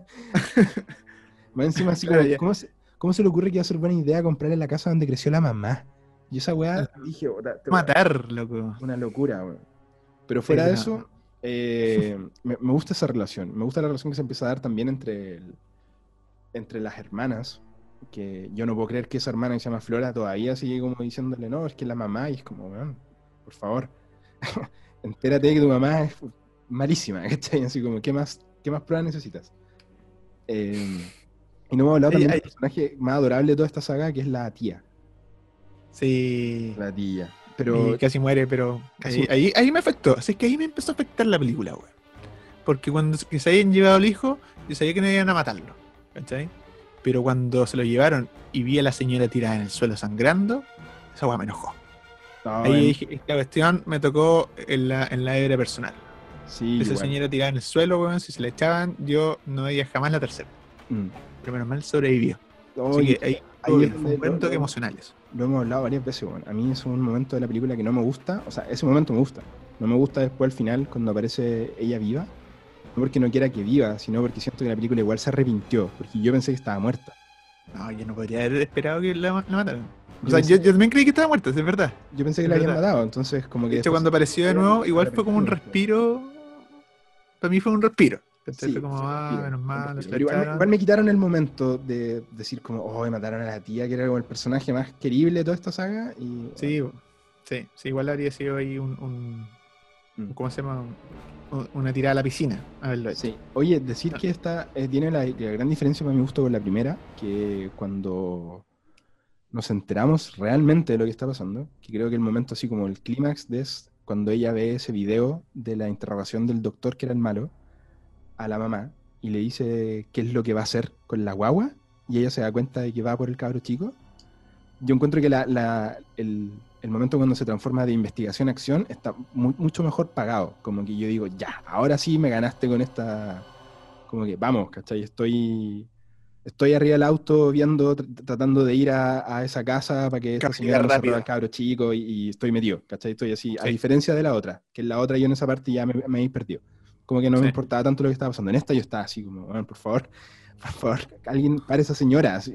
A: Más encima así
B: claro,
A: como,
B: ya.
A: ¿cómo se le ocurre que iba a ser buena idea comprarle la casa donde creció la mamá? Y esa weá, dije,
B: Matar, loco.
A: una locura, weón. Pero
B: Sí,
A: fuera de
B: no, no.
A: eso, me gusta esa relación. Me gusta la relación que se empieza a dar también entre las hermanas. Que yo no puedo creer que esa hermana que se llama Flora todavía sigue como diciéndole, no, es que es la mamá. Y es como, weón, por favor, entérate de que tu mamá es malísima, ¿cachai? Así como, qué más pruebas necesitas? Y no hemos hablado
B: Ay,
A: también del
B: ay,
A: personaje más adorable de toda esta saga, que es la tía.
B: sí.
A: La tía.
B: Y
A: Pero
B: casi muere, pero
A: casi...
B: ahí me afectó. Así que ahí me empezó a afectar la película, weón. Porque cuando que se habían llevado al hijo, yo sabía que no iban a matarlo. ¿Cachai? Pero cuando se lo llevaron y vi a la señora tirada en el suelo sangrando, esa weá me enojó.
A: No,
B: Ahí dije, esta cuestión me tocó en la hebra personal.
A: sí,
B: Esa
A: igual.
B: señora tirada en el suelo, weón, si se la echaban, yo no veía jamás la tercera.
A: Mm.
B: Pero menos mal sobrevivió. Así
A: Oye,
B: que ahí estuvo
A: ahí es
B: bien, fue
A: donde
B: un buen toque emocional eso.
A: lo hemos hablado varias veces, bueno. A mí es un momento de la película que no me gusta. O sea, ese momento me gusta. No me gusta después al final, cuando aparece ella viva. No porque no quiera que viva, sino porque siento que la película igual se arrepintió. Porque yo pensé que estaba muerta.
B: No, yo no podría haber esperado que la mataran. O
A: Yo
B: sea,
A: pensé,
B: yo también creí que estaba muerta, es verdad.
A: yo pensé que
B: Es
A: la habían
B: verdad.
A: matado. Entonces, como que
B: De hecho,
A: después
B: cuando apareció de nuevo,
A: me
B: igual fue como
A: arrepentí
B: un
A: después.
B: respiro. Para mí fue un respiro. ¿Cachai? Fue
A: Sí,
B: como,
A: fue un
B: ah,
A: respiro,
B: menos
A: fue un
B: mal, no
A: respiro.
B: se la
A: Pero
B: echaron.
A: igual me quitaron el momento de decir como, oh, me mataron a la tía, que era como el personaje más querible de toda esta saga. Y bueno,
B: Sí, sí, igual habría sido ahí
A: mm.
B: ¿cómo se llama? Una tirada a la piscina, haberlo hecho.
A: Sí. Oye, decir
B: No,
A: que esta tiene la gran diferencia para mi gusto con la primera, que cuando nos enteramos realmente de lo que está pasando, que creo que el momento así como el clímax es cuando ella ve ese video de la interrogación del doctor que era el malo a la mamá y le dice qué es lo que va a hacer con la guagua y ella se da cuenta de que va por el cabro chico. Yo encuentro que el momento cuando se transforma de investigación a acción está mucho mejor pagado. Como que yo digo, ya, ahora sí me ganaste con esta. Como que, vamos, ¿cachai? Estoy arriba del auto viendo, tratando de ir a esa casa para que esta señora
B: castigar
A: no se roba al
B: rápido.
A: cabro chico y estoy metido, ¿cachai? Estoy así, a
B: Sí,
A: diferencia de la otra, que en la otra yo en esa parte ya me había perdido. Como que no me
B: sí.
A: importaba tanto lo que estaba pasando. En esta yo estaba así como, bueno, por favor, alguien para esa señora, así.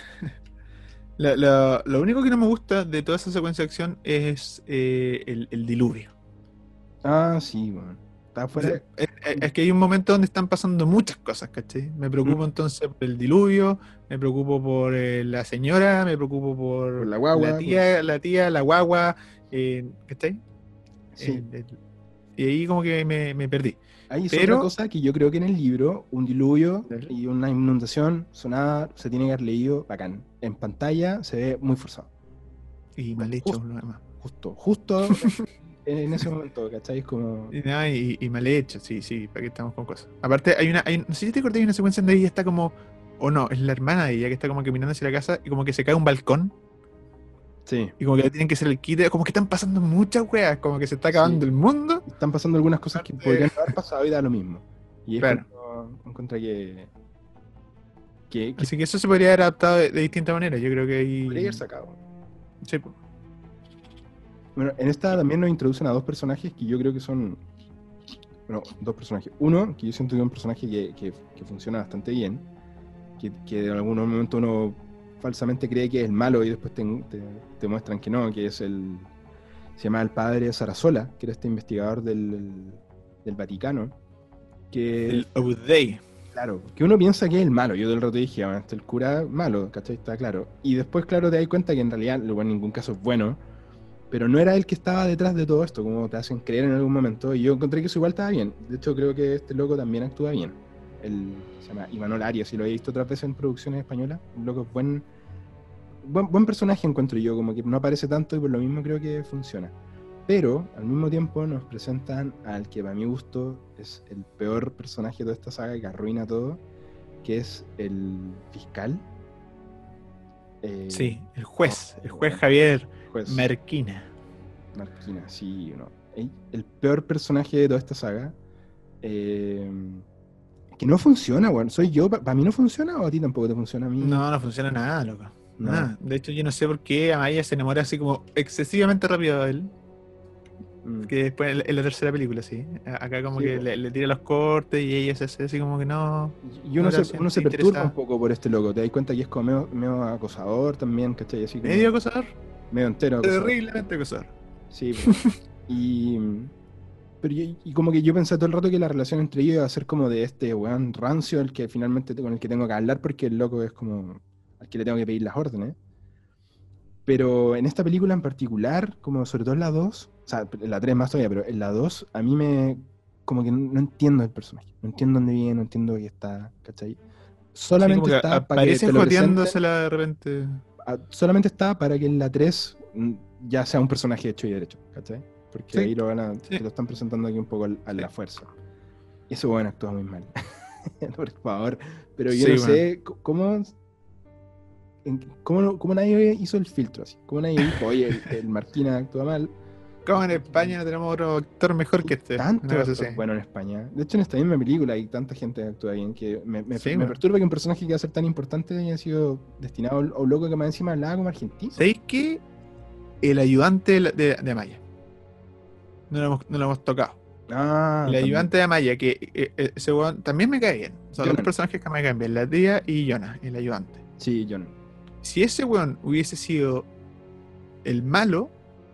B: Lo único que no me gusta de toda esa secuencia de acción es el diluvio.
A: Ah, sí, bueno. Está
B: O sea,
A: fuera.
B: es que hay un momento donde están pasando muchas cosas, ¿cachai? Me preocupo
A: Mm,
B: entonces por el diluvio, me preocupo por la señora, me preocupo
A: por
B: por
A: la guagua,
B: la tía, la guagua, ¿cachai?
A: sí.
B: El- el- Y ahí como que me perdí.
A: Ahí es otra
B: Pero,
A: cosa que yo creo que en el libro, un diluvio y una inundación sonada se tiene que haber leído bacán. En pantalla se ve muy forzado.
B: y mal hecho, lo demás.
A: Justo en ese momento, ¿cachai? Es como...
B: Y mal hecho, sí, para que estamos con cosas. Aparte, no sé si te acordás, hay una secuencia donde ella está como, o no, es la hermana de ella que está como caminando hacia la casa y como que se cae un balcón
A: Sí,
B: y como que le tienen que hacer el quite, como que están pasando muchas weas, como que se está acabando
A: sí.
B: el mundo.
A: Están pasando algunas cosas que podrían haber pasado y da lo mismo. Y es
B: Claro.
A: como, encuentro que
B: Así que eso se podría haber adaptado de distinta manera. Yo creo que
A: podría
B: ahí.
A: haber sacado.
B: Sí, po.
A: Bueno, en esta también nos introducen a dos personajes que yo creo que son... Bueno, dos personajes. Uno, que yo siento que es un personaje que funciona bastante bien, que en algún momento uno falsamente cree que es el malo y después te muestran que no, que es se llama el padre Sarasola, que era este investigador del Vaticano, que,
B: El Opus Dei.
A: claro, que uno piensa que es el malo. Yo del rato dije, este el cura malo, ¿cachai? Está claro. Y después, claro, te das cuenta que en realidad, luego en ningún caso es bueno, pero no era él que estaba detrás de todo esto, como te hacen creer en algún momento, y yo encontré que eso igual estaba bien. De hecho, creo que este loco también actúa bien. Se llama Imanol Arias, y lo he visto otras veces en producciones españolas. Un loco es buen personaje, encuentro yo, como que no aparece tanto y por lo mismo creo que funciona. Pero al mismo tiempo nos presentan al que para mi gusto es el peor personaje de toda esta saga, que arruina todo, que es el fiscal.
B: Sí, el juez
A: bueno,
B: Javier
A: juez
B: Marquina.
A: Marquina, sí, no. El peor personaje de toda esta saga. eh, que no funciona, bueno. ¿Soy yo? ¿Para mí no funciona o a ti tampoco te funciona? A mí
B: No funciona nada, loco.
A: no.
B: Nada. De hecho, yo no sé por qué Amaya se enamora así como excesivamente rápido de él.
A: Mm.
B: Que después en la tercera película, sí. Acá como
A: Sí,
B: que
A: po.
B: le tira los cortes y ella se hace así como que no.
A: Y
B: No
A: uno
B: la
A: uno
B: siente
A: se perturba un
B: interesada.
A: poco por este loco. Te das cuenta que es como medio acosador también, ¿cachai? Así como
B: Medio acosador.
A: medio entero acosador.
B: Terriblemente acosador.
A: Sí, po. Y, y como que yo pensé todo el rato que la relación entre ellos iba a ser como de este weón rancio, el que finalmente con el que tengo que hablar, porque el loco es como al que le tengo que pedir las órdenes. Pero en esta película en particular, como sobre todo en la 2, o sea, en la 3 más todavía, pero en la 2 a mí como que no entiendo el personaje. No entiendo dónde viene, no entiendo qué está, ¿cachai?
B: Sí, como
A: Solamente
B: que
A: está para que
B: aparece
A: te lo presenten,
B: joteándosela de repente.
A: solamente está para que en la 3 ya sea un personaje hecho y derecho, ¿cachai? Porque
B: Sí,
A: ahí te
B: sí.
A: lo están presentando aquí un poco a
B: Sí,
A: la fuerza. Y eso, bueno, actúa muy mal. Por favor. Pero yo no
B: sí, bueno.
A: sé cómo nadie hizo el filtro así. Cómo nadie dijo, oye, el Martina actúa mal.
B: Como en España no tenemos otro actor mejor que este. Una
A: Tanto
B: cosa así.
A: actor bueno en España. De hecho, en esta misma película hay tanta gente que actúa bien que
B: Sí,
A: me
B: bueno.
A: perturba que un personaje que va a ser tan importante haya sido destinado a un loco que más encima hablaba como argentino.
B: ¿Sabéis que el ayudante de Amaya? No lo hemos tocado.
A: Ah,
B: El
A: también.
B: ayudante de Amaya, que ese weón también me cae bien. Son los dos
A: Jonan.
B: personajes que me caen bien, la tía y Jonah, el ayudante.
A: Sí, John.
B: Si ese weón hubiese sido el malo,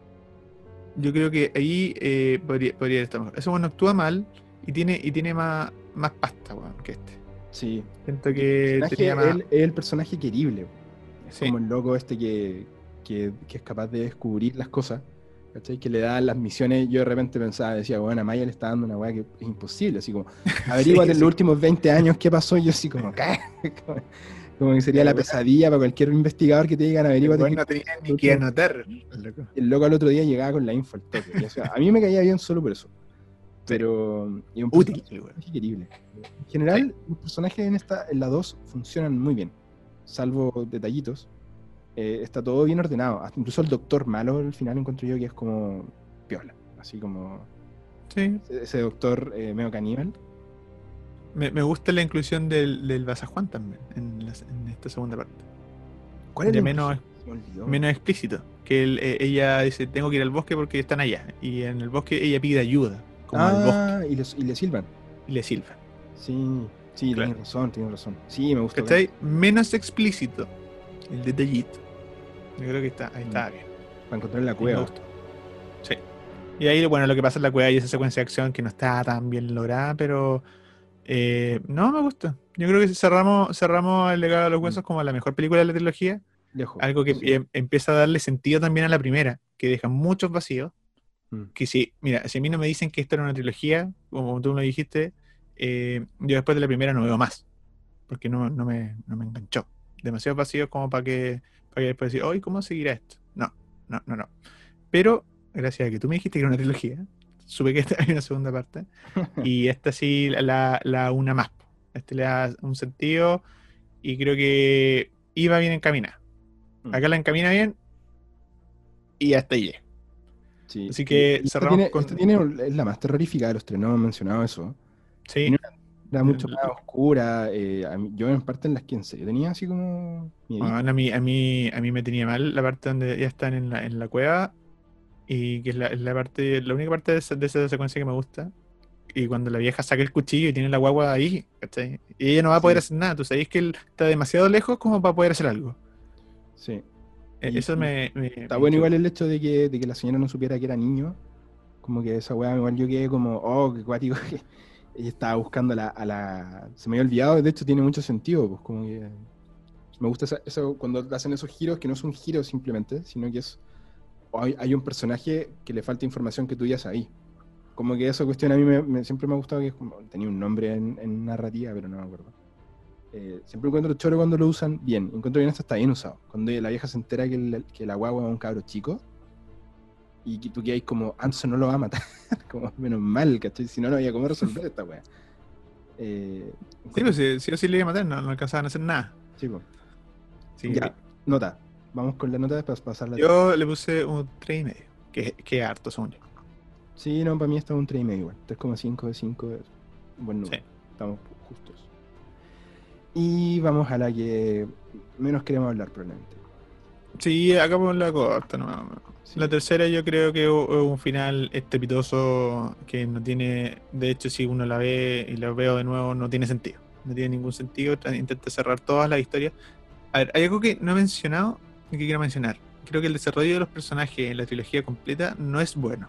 B: yo creo que ahí podría estar mejor. Ese weón actúa mal y tiene más pasta, weón, que este.
A: Sí.
B: Siento
A: El
B: que
A: personaje,
B: tenía más.
A: él es el personaje querible. Es
B: Sí,
A: como el loco este que es capaz de descubrir las cosas. ¿Cachai? Que le da las misiones. Yo de repente pensaba, decía, bueno, a Maya le está dando una weá que es imposible. Así como, averíguate en los
B: sí.
A: últimos 20 años qué pasó. Y yo así como, ¿qué? Como que sería la pesadilla para cualquier investigador que te digan,
B: El
A: averíguate
B: weón
A: qué
B: no
A: pasó
B: tenía
A: en los
B: ni que
A: últimos...
B: anotar. Loco.
A: El loco al otro día llegaba con la info al toque. Y, o sea, a mí me caía bien solo por eso.
B: Sí.
A: Pero... Y un
B: Útil, el weón.
A: personaje querible. En
B: Sí.
A: general, los personajes en la 2 funcionan muy bien. Salvo detallitos. Está todo bien ordenado. Hasta incluso el doctor malo al final encuentro yo que es como piola. Así como
B: Sí.
A: ese doctor medio caníbal.
B: Me gusta la inclusión del Basajuan también en esta segunda parte.
A: ¿Cuál es
B: Ya
A: la
B: menos,
A: inclusión? Se me olvidó.
B: menos explícito. Que ella dice, tengo que ir al bosque porque están allá. Y en el bosque ella pide ayuda, como al bosque,
A: Y le silban.
B: y le silban.
A: Sí, sí,
B: Claro.
A: tienes razón. Sí, me gustó.
B: ¿Cachai? Menos explícito el detallito. Yo creo que ahí está bien.
A: Para encontrar la
B: Y me
A: cueva.
B: gustó. Sí. Y ahí, bueno, lo que pasa en la cueva y esa secuencia de acción que no está tan bien lograda, pero no me gusta. Yo creo que cerramos El legado de los huesos como la mejor película de la trilogía.
A: Lejos.
B: Algo que
A: Sí.
B: empieza a darle sentido también a la primera, que deja muchos vacíos.
A: Mm.
B: que sí, mira, si a mí no me dicen que esto era una trilogía, como tú me lo dijiste, yo después de la primera no veo más, porque no me enganchó. Demasiado vacío como para que después decir, hoy ¿cómo seguirá esto? No, no, no, no. Pero, gracias a que tú me dijiste que era una trilogía, supe que esta hay una segunda parte, y esta sí la una más. Este le da un sentido y creo que iba bien encaminada.
A: Mm.
B: Acá la encamina bien y hasta ahí llegué.
A: Sí.
B: Así que
A: Y
B: cerramos
A: esta
B: con...
A: tiene, es la más terrorífica de los tres, no hemos mencionado eso.
B: Sí.
A: Tiene una era mucho más oscura. Yo en parte en las que en serio tenía así como miedito.
B: Bueno, a mí me tenía mal la parte donde ya están en la cueva y que es la parte, la única parte de esa secuencia que me gusta. Y cuando la vieja saca el cuchillo y tiene la guagua ahí, ¿cachai? Y ella no va a poder
A: Sí,
B: hacer nada. Tú sabéis que él está demasiado lejos como para poder hacer algo.
A: sí.
B: Eso
A: Y
B: me
A: está bueno igual
B: intrigó.
A: el hecho de que la señora no supiera que era niño. Como que esa weá igual yo quedé como, oh, qué cuático. Que ella estaba buscando a la. Se me había olvidado, de hecho tiene mucho sentido, pues como que. Me gusta eso cuando hacen esos giros, que no es un giro simplemente, sino que es. Hay un personaje que le falta información que tú ya sabís. Como que esa cuestión a mí siempre me ha gustado, que es como, tenía un nombre en narrativa, pero no me acuerdo. Siempre encuentro choro cuando lo usan bien. Encuentro bien esto está bien usado. Cuando la vieja se entera que la guagua es un cabro chico y que tú quedas como, Anso no lo va a matar. Como, menos mal, ¿cachai? Si no, no había cómo resolver esta wea.
B: Sí,
A: Encuentro.
B: pues sí o sí le iba a matar, no alcanzaban a hacer nada.
A: Sí, po.
B: Sí,
A: Ya, nota. Vamos con la nota para pasarla a ti.
B: yo le puse un 3,5, que es harto, según yo.
A: Sí, no, para mí está un 3,5 igual. 3,5 de 5 es un buen
B: Sí.
A: número. Estamos justos. Y vamos a la que menos queremos hablar, probablemente.
B: Sí, hagamos la corta nomás. La
A: Sí.
B: tercera yo creo que es un final estrepitoso que no tiene, de hecho si uno la ve y la veo de nuevo no tiene sentido. No tiene ningún sentido, intenta cerrar todas las historias. A ver, hay algo que no he mencionado y que quiero mencionar. Creo que el desarrollo de los personajes en la trilogía completa no es bueno.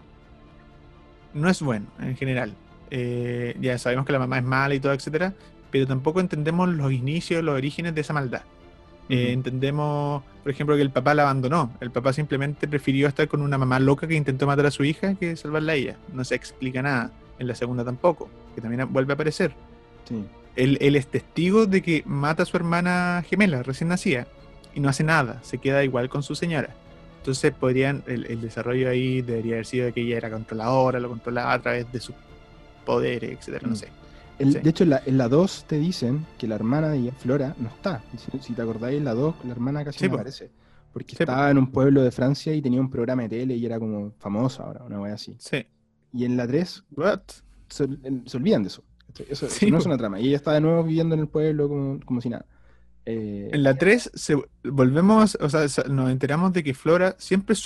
B: No es bueno en general. Ya sabemos que la mamá es mala y todo, etcétera, pero tampoco entendemos los inicios, los orígenes de esa maldad.
A: Ujú.
B: Entendemos, por ejemplo, que el papá la abandonó. El papá simplemente prefirió estar con una mamá loca que intentó matar a su hija que salvarla a ella. No se explica nada. En la segunda tampoco, que también vuelve a aparecer.
A: Sí.
B: Él es testigo de que mata a su hermana gemela, recién nacida, y no hace nada. Se queda igual con su señora. Entonces el desarrollo ahí debería haber sido de que ella era controladora, lo controlaba a través de sus poderes, etcétera, no
A: Mm.
B: sé. Sí,
A: De hecho, en la 2 te dicen que la hermana de ella, Flora, no está. Si te acordáis, en la 2 la hermana casi
B: sí,
A: no
B: po,
A: aparece. Porque
B: sí, po,
A: estaba en un pueblo de Francia y tenía un programa de tele y era como famosa ahora, una wea así.
B: sí.
A: Y en la 3
B: What?
A: se olvidan de eso. ¿Cachai? Eso
B: Sí,
A: no es
B: po.
A: una trama. Y ella está de nuevo viviendo en el pueblo como si nada.
B: En
A: Y
B: la 3 volvemos, o sea, nos enteramos de que Flora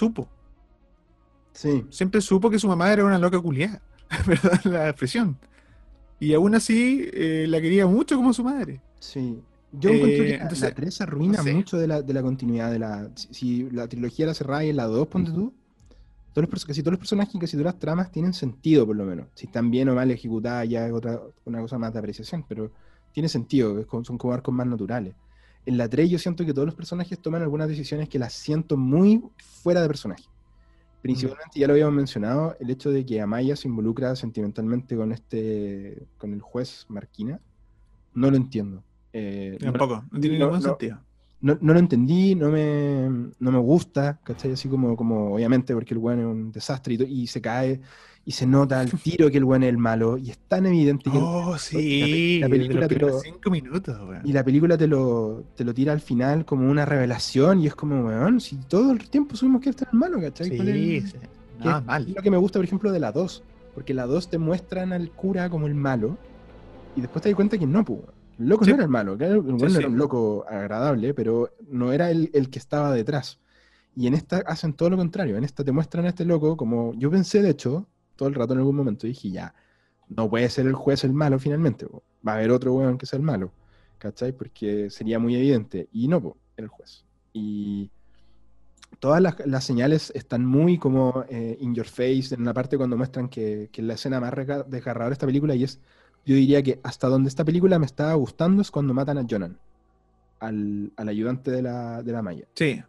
A: sí,
B: siempre supo que su mamá era una loca culiada, ¿verdad? La expresión. Y aún así la quería mucho como su madre.
A: sí. Yo encuentro que la
B: Entonces,
A: 3
B: no
A: arruina
B: sé.
A: mucho de la continuidad de la. Si la trilogía la cerrada y en la 2 ponte tú, casi todos los personajes y casi todas las tramas tienen sentido, por lo menos. Si están bien o mal ejecutadas, ya es una cosa más de apreciación, pero tiene sentido, son como arcos más naturales. En la 3 yo siento que todos los personajes toman algunas decisiones que las siento muy fuera de personaje.
B: Mm,
A: Principalmente, ya lo habíamos mencionado, el hecho de que Amaya se involucra sentimentalmente con el juez Marquina, no lo entiendo. No,
B: tampoco, no tiene
A: no,
B: ningún
A: no,
B: sentido.
A: no lo entendí, no me gusta, ¿cachai? Así como obviamente, porque el weón es un desastre y se cae y se nota al tiro que el weón es el malo y es tan evidente que el weón es
B: Oh,
A: el malo, y la
B: sí, desde los
A: película te
B: primeros
A: lo,
B: 5 minutos,
A: y
B: weón.
A: la película te lo tira al final como una revelación y es como, weón, si todo el tiempo supimos que él era el malo, ¿cachai?
B: Sí, sí,
A: Que es
B: nada mal.
A: lo que me gusta, por ejemplo, de la 2 porque la 2 te muestran al cura como el malo y después te das cuenta que no, pues, el loco no
B: Sí,
A: era el malo, claro, el
B: sí,
A: weón no era
B: sí.
A: un loco agradable, pero no era el que estaba detrás. Y en esta hacen todo lo contrario, en esta te muestran a este loco como yo pensé, de hecho, todo el rato en algún momento dije, ya, no puede ser el juez el malo finalmente, po. Va a haber otro weón que sea el malo, ¿cachai? Porque sería muy evidente. Y no, po, era el juez. Y todas las señales están muy como in your face en la parte cuando muestran que la escena más desgarradora de esta película y es, yo diría que hasta donde esta película me estaba gustando es cuando matan a Jonan, al ayudante de la Maya.
B: Sí,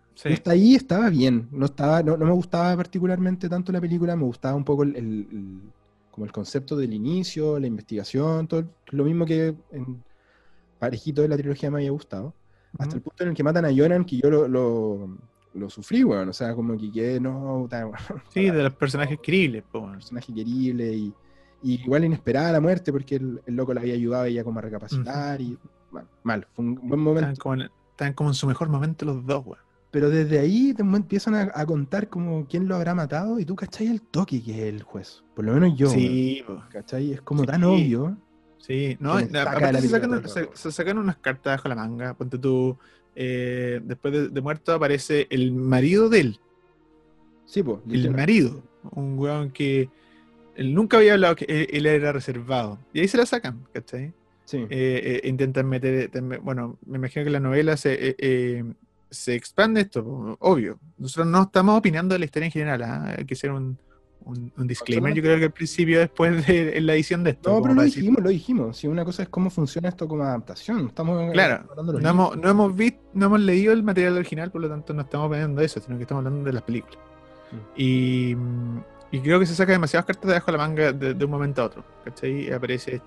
B: Sí.
A: Yo hasta ahí estaba bien, no me gustaba particularmente tanto la película, me gustaba un poco como el concepto del inicio, la investigación, todo lo mismo que en parejito de la trilogía me había gustado, hasta el punto en el que matan a Jonan, que yo lo sufrí, weón, o sea, como que quedé, no,
B: Sí, de los personajes queribles, po, weón.
A: personaje querible y igual inesperada la muerte porque el loco la había ayudado a ella como a recapacitar y bueno, mal, fue un buen momento.
B: Estaban como en su mejor momento los dos, weón.
A: Pero desde ahí empiezan a contar como quién lo habrá matado y tú cachai el toque que es el juez. Por lo menos yo,
B: Sí, po.
A: ¿cachai? Es como tan
B: Sí.
A: obvio
B: Sí,
A: que
B: no,
A: me saca de
B: aparte
A: la
B: se
A: película
B: sacan,
A: todo el rato.
B: se sacan unas cartas bajo la manga. Ponte tú, después de muerto aparece el marido de él,
A: Sí, pues,
B: el marido, un weón que él nunca había hablado que él era reservado. Y ahí se la sacan, ¿cachai?
A: sí.
B: Intentan meter, bueno, me imagino que en la novela se expande esto, po, obvio. Nosotros no estamos opinando de la historia en general, ¿ah? Hay que hacer un disclaimer, yo
A: Solamente-
B: creo que al principio, después de en la edición de esto,
A: No, pero
B: como para decir,
A: lo dijimos. Si una cosa es cómo funciona esto como adaptación, estamos
B: claro,
A: hablando de los libros.
B: no hemos leído el material original, por lo tanto no estamos opinando de eso, sino que estamos hablando de las películas. Y, y creo que se saca demasiadas cartas de bajo la manga de un momento a otro, ¿cachai? Aparece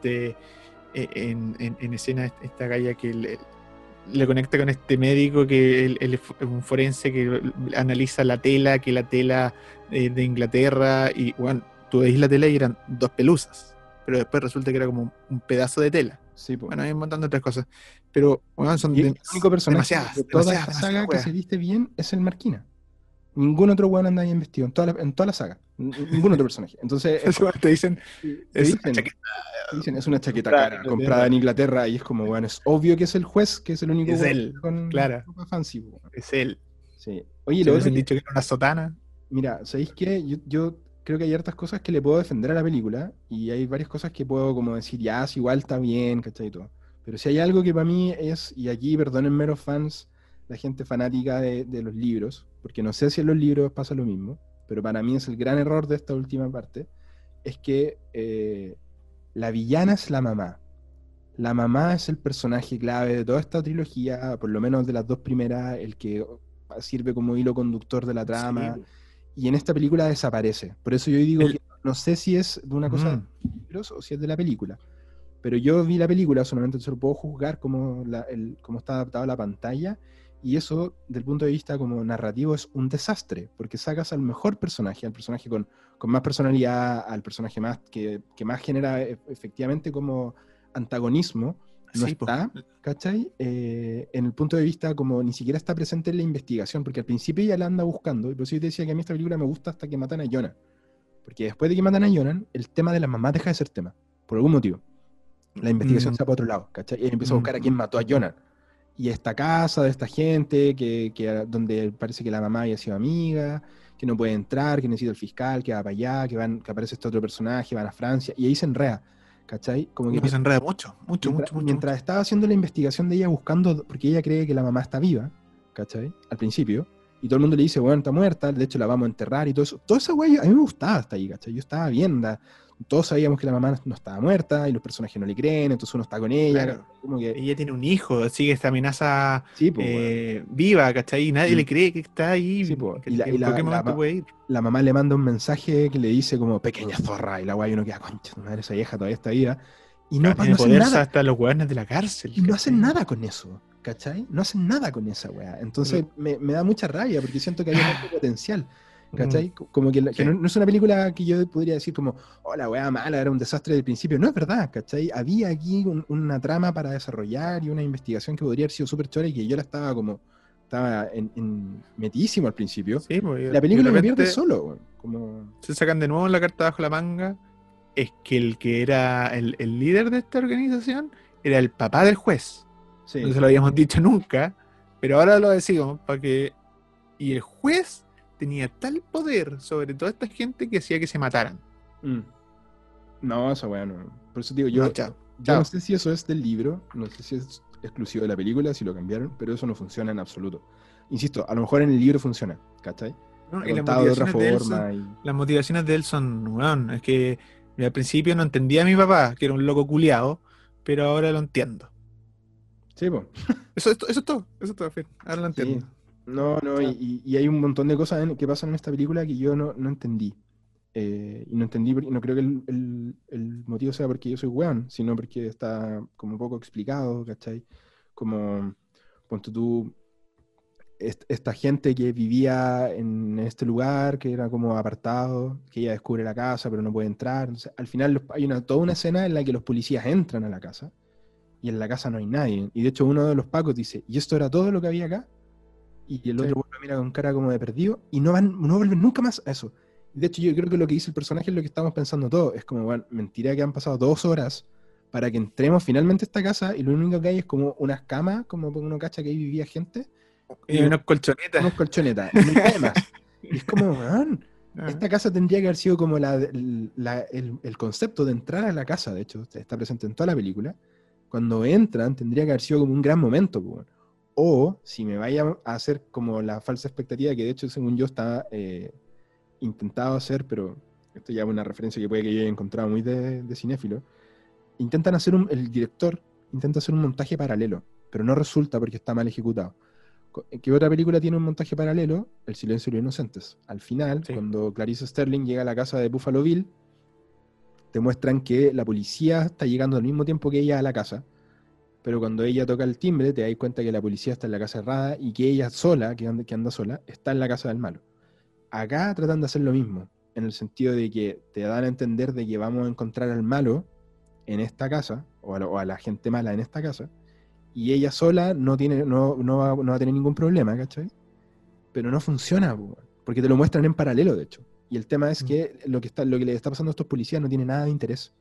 B: en escena esta galla que le conecta con este médico que él es un forense que analiza la tela, que la tela de Inglaterra, y bueno, tú veis la tela y eran dos pelusas, pero después resulta que era como un pedazo de tela.
A: Sí, pues.
B: Bueno, hay un montón de otras cosas, pero bueno, son
A: Y el único personaje de toda esta
B: demasiadas
A: saga que se
B: weas.
A: viste bien es el Marquina. Ningún otro weón anda bien vestido en toda la saga. Ningún otro personaje. Entonces, es como,
B: Te dicen,
A: se
B: es una
A: dicen,
B: chaqueta
A: es una chaqueta
B: comprada en
A: cara, comprada
B: Inglaterra.
A: en Inglaterra, y es como, bueno, es obvio que es el juez, que es el único
B: Es
A: weón
B: él,
A: con
B: claro,
A: ropa fancy, weón.
B: es él.
A: Sí. Oye,
B: Si
A: lo otro
B: hubiesen
A: que,
B: dicho que era una sotana,
A: mira, ¿sabéis qué? Yo creo que hay hartas cosas que le puedo defender a la película, y hay varias cosas que puedo como decir, ya, sí, igual está bien, ¿cachai? Y todo. Pero si hay algo que para mí es, y aquí perdónenme los fans, la gente fanática de los libros, porque no sé si en los libros pasa lo mismo, pero para mí es el gran error de esta última parte, es que la villana es la mamá. La mamá es el personaje clave de toda esta trilogía, por lo menos de las dos primeras, el que sirve como hilo conductor de la
B: sí.
A: trama, y en esta película desaparece. Por eso yo digo
B: El,
A: que no sé si es de una cosa de
B: mm,
A: los libros o si es de la película. Pero yo vi la película, solamente solo puedo juzgar cómo está adaptado a la pantalla, y eso, del punto de vista como narrativo, es un desastre, porque sacas al mejor personaje, al personaje con más personalidad, al personaje más que más genera efectivamente como antagonismo, no
B: sí, po.
A: está, ¿cachai? En el punto de vista como ni siquiera está presente en la investigación, porque al principio ella la anda buscando, y por eso yo te decía que a mí esta película me gusta hasta que matan a Jonan, porque después de que matan a Jonan, el tema de la mamá deja de ser tema, por algún motivo. La investigación
B: Mm,
A: se va para otro lado, ¿cachai? Y empieza a
B: mm,
A: buscar a quién mató a Jonan. Y esta casa de esta gente, donde parece que la mamá había sido amiga, que no puede entrar, que necesita el fiscal, que va para allá, que aparece este otro personaje, van a Francia, y ahí se enreda, ¿cachai? Como que
B: no, se enreda mucho, mucho, mucho, mucho,
A: mientras
B: mucho.
A: estaba haciendo la investigación de ella buscando, porque ella cree que la mamá está viva, ¿cachai? Al principio, y todo el mundo le dice, bueno, está muerta, de hecho la vamos a enterrar y todo eso. Toda esa weá, a mí me gustaba hasta ahí, ¿cachai? Yo estaba bien, todos sabíamos que la mamá no estaba muerta y los personajes no le creen, entonces uno está con ella,
B: Claro.
A: como que,
B: Ella tiene un hijo, sigue esta amenaza
A: sí, pues, bueno.
B: viva, ¿cachai? Y nadie le cree que está
A: Sí,
B: ahí,
A: pues.
B: que en cualquier momento puede ir.
A: La mamá le manda un mensaje que le dice como pequeña zorra, y la guay uno queda, concha, tu madre, esa vieja todavía está viva, y no,
B: Claro,
A: no
B: tiene
A: hacen
B: poder
A: nada,
B: hasta los hueones de la cárcel,
A: y no hacen
B: ¿cachai?
A: nada con eso, ¿cachai? No hacen nada con esa weá. Entonces me da mucha rabia porque siento que había tanto potencial,
B: Mm,
A: ¿cachai? Como que
B: sí.
A: no es una película que yo podría decir como, oh, la weá mala, era un desastre del principio. No es verdad, ¿cachai? Había aquí una trama para desarrollar y una investigación que podría haber sido súper chora y que yo la estaba como, estaba metidísimo al principio.
B: Sí,
A: Y la
B: y de
A: película me pierde
B: repente
A: solo, weón. Como,
B: se sacan de nuevo la carta bajo la manga. Es que el que era el líder de esta organización era el papá del juez. No
A: sí.
B: se lo habíamos dicho nunca, pero ahora lo decimos para que. Y el juez tenía tal poder sobre toda esta gente que hacía que se mataran.
A: Mm. No, esa weá no. Por eso digo,
B: No, chao.
A: yo no
B: Chao.
A: sé si eso es del libro, no sé si es exclusivo de la película, si lo cambiaron, pero eso no funciona en absoluto. Insisto, a lo mejor en el libro funciona, ¿cachai?
B: ¿No?
A: Está
B: Y
A: contado de otra forma y...
B: las motivaciones de él son, weón, es que al principio no entendía a mi papá, que era un loco culiao, pero ahora lo entiendo.
A: Sí, pues.
B: Eso es todo, Fer. Ahora lo
A: Sí.
B: entiendo.
A: No, no,
B: Claro.
A: y hay un montón de cosas que pasan en esta película que yo no entendí. Y no entendí, no creo que el motivo sea porque yo soy weón, sino porque está como poco explicado, ¿cachai? Como, ponte tú, esta gente que vivía en este lugar, que era como apartado, que ella descubre la casa, pero no puede entrar. Entonces, al final hay toda una escena en la que los policías entran a la casa y en la casa no hay nadie. Y de hecho uno de los pacos dice, ¿y esto era todo lo que había acá? Y el otro
B: Sí.
A: vuelve a mirar con cara como de perdido y no vuelven nunca más a eso. De hecho, yo creo que lo que dice el personaje es lo que estamos pensando todos. Es como, bueno, mentira que han pasado 2 horas para que entremos finalmente a esta casa y lo único que hay es como unas camas, como uno cacha que ahí vivía gente,
B: Y hay unas colchonetas.
A: unos colchonetas y no hay nada más. Y es como, weón,
B: Ah,
A: esta casa tendría que haber sido como el concepto de entrar a la casa, de hecho, está presente en toda la película. Cuando entran, tendría que haber sido como un gran momento, pues, weón. O si me vaya a hacer como la falsa expectativa, que de hecho, según yo, está intentado hacer, pero esto ya es una referencia que puede que yo haya encontrado muy de cinéfilo. El director intenta hacer un montaje paralelo, pero no resulta porque está mal ejecutado. ¿Qué otra película tiene un montaje paralelo? El silencio de los inocentes. Al final,
B: sí.
A: cuando Clarice Sterling llega a la casa de Buffalo Bill, te muestran que la policía está llegando al mismo tiempo que ella a la casa, pero cuando ella toca el timbre te das cuenta que la policía está en la casa errada y que ella sola, que anda sola, está en la casa del malo. Acá tratan de hacer lo mismo, en el sentido de que te dan a entender de que vamos a encontrar al malo en esta casa, o a la gente mala en esta casa, y ella sola no va a tener ningún problema, ¿cachai? Pero no funciona, po, porque te lo muestran en paralelo, de hecho. Y el tema es
B: Mm.
A: que lo que le está pasando a estos policías no tiene nada de interés.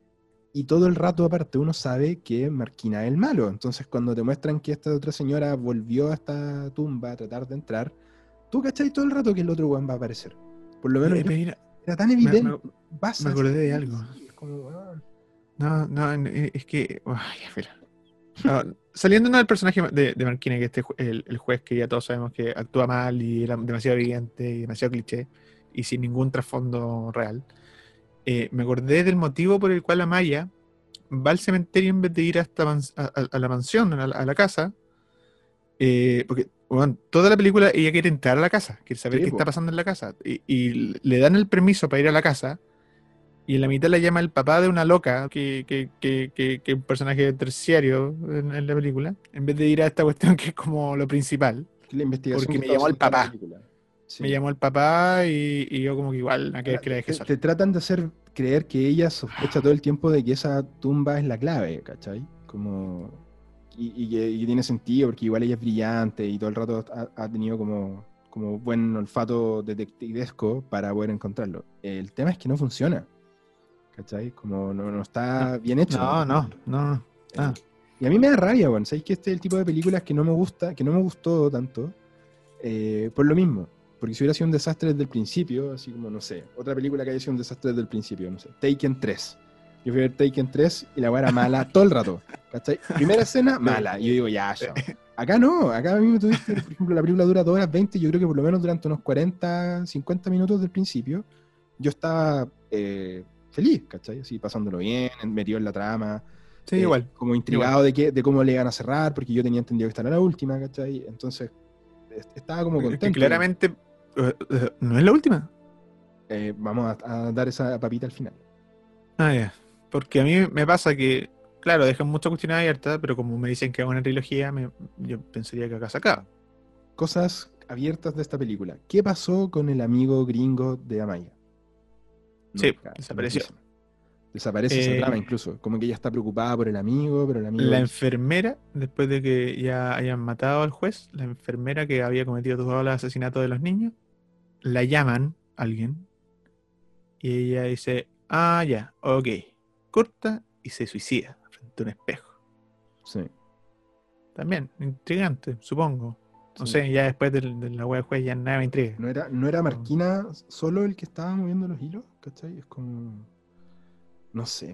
A: Y todo el rato, aparte, uno sabe que Marquina es el malo. Entonces, cuando te muestran que esta otra señora volvió a esta tumba a tratar de entrar, tú cachai todo el rato que el otro weón va a aparecer. Por lo menos yo,
B: Mira,
A: era tan
B: me,
A: evidente.
B: me- me
A: Pasa
B: acordé de
A: exactamente
B: algo.
A: así. Es como, weón.
B: No, no, es que. Ay, espera. Ah, saliéndonos del personaje de Marquina, que el juez que ya todos sabemos que actúa mal y era demasiado evidente y demasiado cliché y sin ningún trasfondo real, me acordé del motivo por el cual Amaya va al cementerio en vez de ir a, a la mansión, a la casa, porque bueno, toda la película ella quiere entrar a la casa, quiere saber
A: Sí,
B: qué está
A: po.
B: pasando en la casa y le dan el permiso para ir a la casa. Y en la mitad la llama el papá de una loca, que es un personaje terciario en la película, en vez de ir a esta cuestión que es como lo principal,
A: Que la investigación
B: porque
A: que
B: me
A: estaba
B: llamó el
A: haciendo toda la
B: papá.
A: película.
B: Me
A: Sí.
B: llamó el papá y yo como que igual, a
A: Ahora,
B: que la dejé
A: te
B: sola.
A: tratan de hacer creer que ella sospecha todo el tiempo de que esa tumba es la clave, ¿cachai? Como, y tiene sentido porque igual ella es brillante y todo el rato ha tenido como buen olfato detectivesco para poder encontrarlo. El tema es que no funciona, ¿cachai? Como no
B: No,
A: está bien hecho.
B: no. Ah,
A: Y a mí me da rabia, bueno, ¿sabéis que este es el tipo de películas que no me gusta, que no me gustó tanto? Por lo mismo. Porque si hubiera sido un desastre desde el principio, así como, no sé, otra película que haya sido un desastre desde el principio, no sé, Taken 3. Yo fui a ver Taken 3 y la weá era mala todo el rato. ¿Cachai? Primera escena,
B: sí,
A: mala. Y yo digo, ya, ya.
B: sí.
A: Acá no, acá a mí me tuviste, por ejemplo, la película dura 2 horas 20, yo creo que por lo menos durante unos 40, 50 minutos del principio, yo estaba feliz, ¿cachai? Así pasándolo bien, metido en la trama,
B: Sí, igual,
A: como
B: igual.
A: intrigado de cómo le iban a cerrar, porque yo tenía entendido que esta era la última, ¿cachai? Entonces, estaba como
B: Es que
A: contento.
B: claramente no es la última.
A: Vamos a dar esa papita al final.
B: Ah, ya. Porque a mí me pasa que, claro, dejan muchas cuestiones abiertas, pero como me dicen que es una trilogía, yo pensaría que acá se acaba.
A: Cosas abiertas de esta película. ¿Qué pasó con el amigo gringo de Amaya?
B: Sí,
A: Nunca,
B: desapareció.
A: nunquísima. Desaparece esa trama
B: Eh,
A: incluso. Como que ella está preocupada por el amigo, pero el amigo
B: la
A: dice,
B: enfermera, después de que ya hayan matado al juez, la enfermera que había cometido todos los asesinatos de los niños, la llaman alguien y ella dice, ah, ya, ok, corta y se suicida frente a un espejo.
A: sí,
B: También, intrigante, supongo. No
A: sí.
B: sé, ya después de la web del juez ya nada me intriga.
A: No era
B: Pero,
A: Marquina solo el que estaba moviendo los hilos, ¿cachai? Es como, no sé.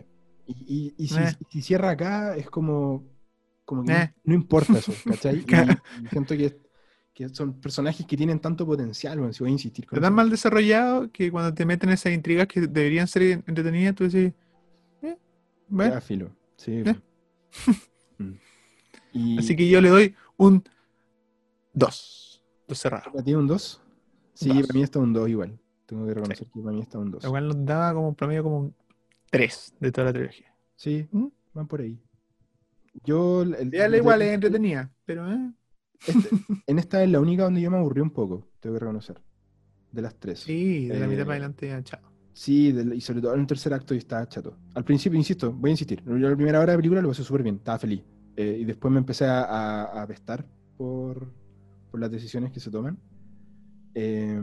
A: Y
B: eh,
A: si cierra acá, es como que
B: eh.
A: no importa eso, ¿cachai? Y siento que son personajes que tienen tanto potencial, bueno, si voy a insistir con
B: Está tan
A: eso.
B: mal desarrollado que cuando te meten esas intrigas que deberían ser entretenidas, tú decís, eh, bueno,
A: Ya, filo. Sí.
B: eh.
A: Mm.
B: Así
A: Y
B: que yo le doy un 2. Dos cerrados.
A: ¿Para ti un 2? Sí,
B: Dos.
A: para mí está un 2 igual. Tengo que
B: Sí.
A: reconocer que para mí está un 2.
B: Lo cual nos daba como un promedio como un 3 de toda la trilogía.
A: Sí,
B: ¿Mm?
A: van por ahí. Yo,
B: Véala igual, es entretenida, pero
A: este- en esta es la única donde yo me aburrí un poco, tengo que reconocer. De las tres.
B: sí, de la mitad para
A: Eh,
B: adelante ya, chao.
A: sí, y sobre todo en el tercer acto y estaba chato. Al principio, insisto, voy a insistir. Yo la primera hora de película lo pasé súper bien, estaba feliz. Y después me empecé a apestar por las decisiones que se toman. Eh,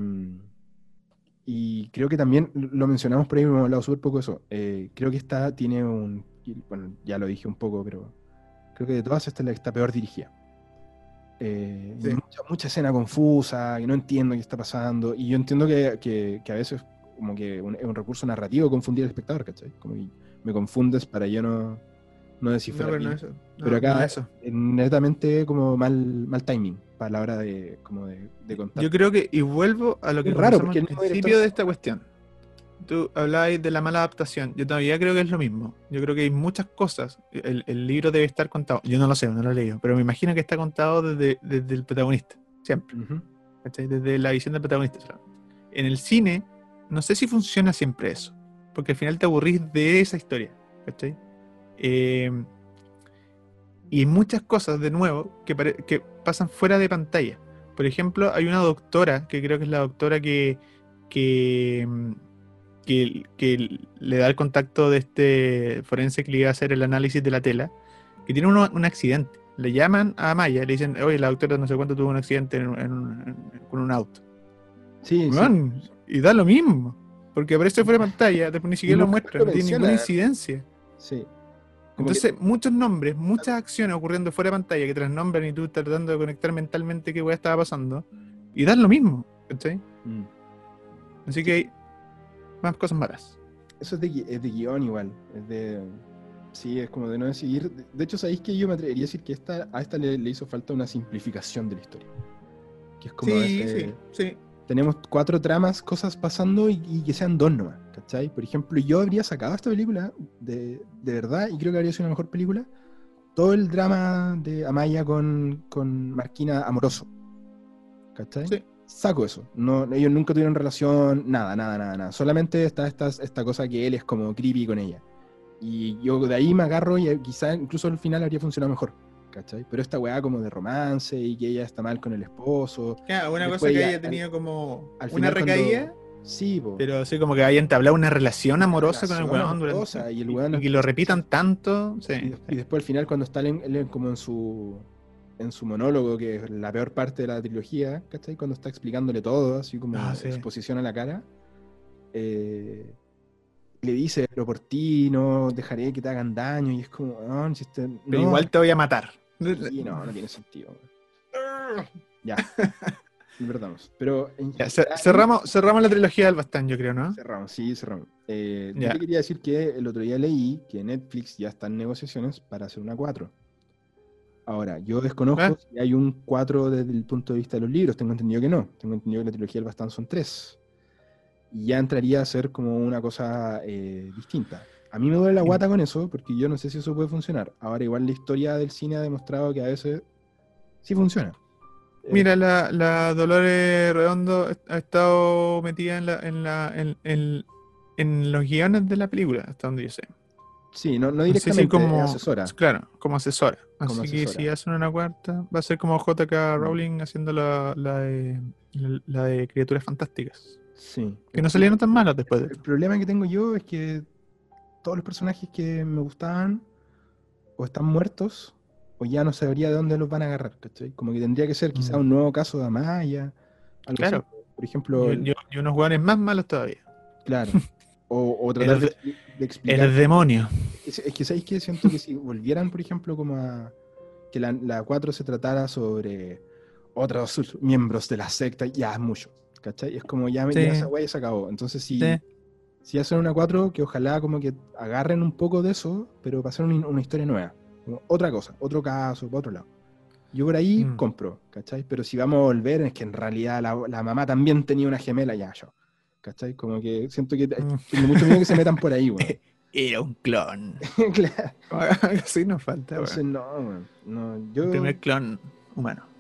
A: y creo que también lo mencionamos por ahí, hemos hablado súper poco de eso. Creo que esta tiene bueno, ya lo dije un poco, pero creo que de todas esta es la que está peor dirigida.
B: Sí.
A: Mucha escena confusa, que no entiendo qué está pasando. Y yo entiendo que a veces como que es un recurso narrativo confundir al espectador, ¿cachai? Como que me confundes para yo no
B: No,
A: descifrar
B: pero no
A: bien.
B: eso. No,
A: Pero
B: no
A: acá
B: eso.
A: es netamente como mal timing para la hora de contar.
B: Yo creo que, y vuelvo a lo que
A: Es raro
B: conversamos
A: porque
B: al
A: el mismo director
B: principio de esta cuestión. Tú hablabas de la mala adaptación. Yo todavía creo que es lo mismo. Yo creo que hay muchas cosas. El libro debe estar contado. Yo no lo sé, no lo he leído, pero me imagino que está contado desde el protagonista. Siempre.
A: Ujú.
B: ¿Cachai? Desde la visión del protagonista solamente. En el cine, no sé si funciona siempre eso. Porque al final te aburrís de esa historia. ¿Cachai? Y hay muchas cosas, de nuevo, que pasan fuera de pantalla. Por ejemplo, hay una doctora, que creo que es la doctora que, mm, que le da el contacto de este forense que le iba a hacer el análisis de la tela, que tiene un accidente. Le llaman a Maya y le dicen, oye, la doctora no sé cuánto tuvo un accidente con un auto.
A: Sí, sí.
B: Weón, y da lo mismo, porque aparece fuera de pantalla, después ni
A: Y
B: siquiera lo
A: nunca
B: muestra,
A: lo
B: no tiene ninguna
A: menciona.
B: incidencia.
A: Sí. Como que
B: Entonces, muchos nombres, muchas acciones ocurriendo fuera de pantalla que te las nombran y tú tratando de conectar mentalmente qué weá estaba pasando, y das lo mismo, ¿cachai?
A: mm,
B: Así
A: sí,
B: que hay más cosas malas.
A: eso es de guión igual. Sí, es como de no decidir. De hecho, ¿sabéis que yo me atrevería a decir que a esta le hizo falta una simplificación de la historia? Que es como
B: Sí, sí, sí.
A: tenemos 4 tramas, cosas pasando y que sean 2 nomás, ¿cachai? Por ejemplo, yo habría sacado esta película de verdad y creo que habría sido una mejor película. Todo el drama de Amaya con Marquina amoroso, ¿cachai?
B: Sí.
A: Saco eso. No, ellos nunca tuvieron relación, nada. Solamente está esta cosa que él es como creepy con ella. Y yo de ahí me agarro y quizá incluso al final habría funcionado mejor, ¿cachai? Pero esta weá como de romance y que ella está mal con el esposo.
B: Ya, una cosa
A: Después
B: que
A: ya,
B: haya tenido como
A: al
B: una
A: final
B: recaída,
A: Sí, po.
B: pero así como que haya entablado una relación
A: Una
B: amorosa con el
A: relación
B: weón
A: amorosa y el weón
B: y que lo repitan tanto, sí.
A: y después al final cuando está él como en su monólogo, que es la peor parte de la trilogía, ¿cachai? Cuando está explicándole todo, así como
B: Ah, sí.
A: exposición a la cara, le dice, pero por ti no dejaré que te hagan daño, y es como, no, si
B: Pero
A: no,
B: igual te voy a matar.
A: sí, no tiene sentido. Ya, perdamos. Pero en
B: Ya,
A: general,
B: cerramos la trilogía del Bastán, yo creo, ¿no?
A: cerramos. Yo
B: Ya.
A: te quería decir que el otro día leí que Netflix ya está en negociaciones para hacer una 4. Ahora, yo
B: ¿Ah?
A: desconozco si hay un 4 desde el punto de vista de los libros, tengo entendido que no. Tengo entendido que la trilogía del Bastán son 3. Y ya entraría a ser como una cosa distinta. A mí me duele la guata con eso, porque yo no sé si eso puede funcionar. Ahora, igual la historia del cine ha demostrado que a veces sí funciona.
B: Mira, la Dolores Redondo ha estado metida en los guiones de la película, hasta donde yo sé.
A: Sí, no
B: No sé si
A: directamente, es asesora.
B: claro, como asesora.
A: Como
B: Así que si
A: asesora.
B: hacen una cuarta, va a ser como J.K.
A: Mm,
B: Rowling haciendo la de Criaturas Fantásticas.
A: sí.
B: Que no salieron tan malas después de
A: El
B: esto.
A: problema que tengo yo es que todos los personajes que me gustaban o están muertos o ya no sabría de dónde los van a agarrar, ¿cachai? Como que tendría que ser quizá un nuevo caso de Amaya, algo así.
B: Claro,
A: Por ejemplo,
B: y unos hueones más malos todavía.
A: claro. O tratar de explicar.
B: El demonio.
A: Es que ¿sabéis qué? Siento que si volvieran, por ejemplo, como a que la 4 se tratara sobre otros miembros de la secta, ya es mucho, ¿cachai? Es como ya
B: Sí,
A: esa wea ya se acabó. Entonces,
B: sí.
A: si hacen una 4 que ojalá como que agarren un poco de eso, pero para hacer una historia nueva. Como otra cosa, otro caso, para otro lado. Yo por ahí
B: Mm.
A: compro, ¿cachai? Pero si vamos a volver, es que en realidad la mamá también tenía una gemela, ya yo. ¿Cachai? Como que siento que tengo mucho miedo que se metan por ahí, weón.
B: Era un clon.
A: Claro.
B: Algo así nos falta,
A: Entonces,
B: weón.
A: no, weón. No,
B: El
A: yo,
B: primer clon humano.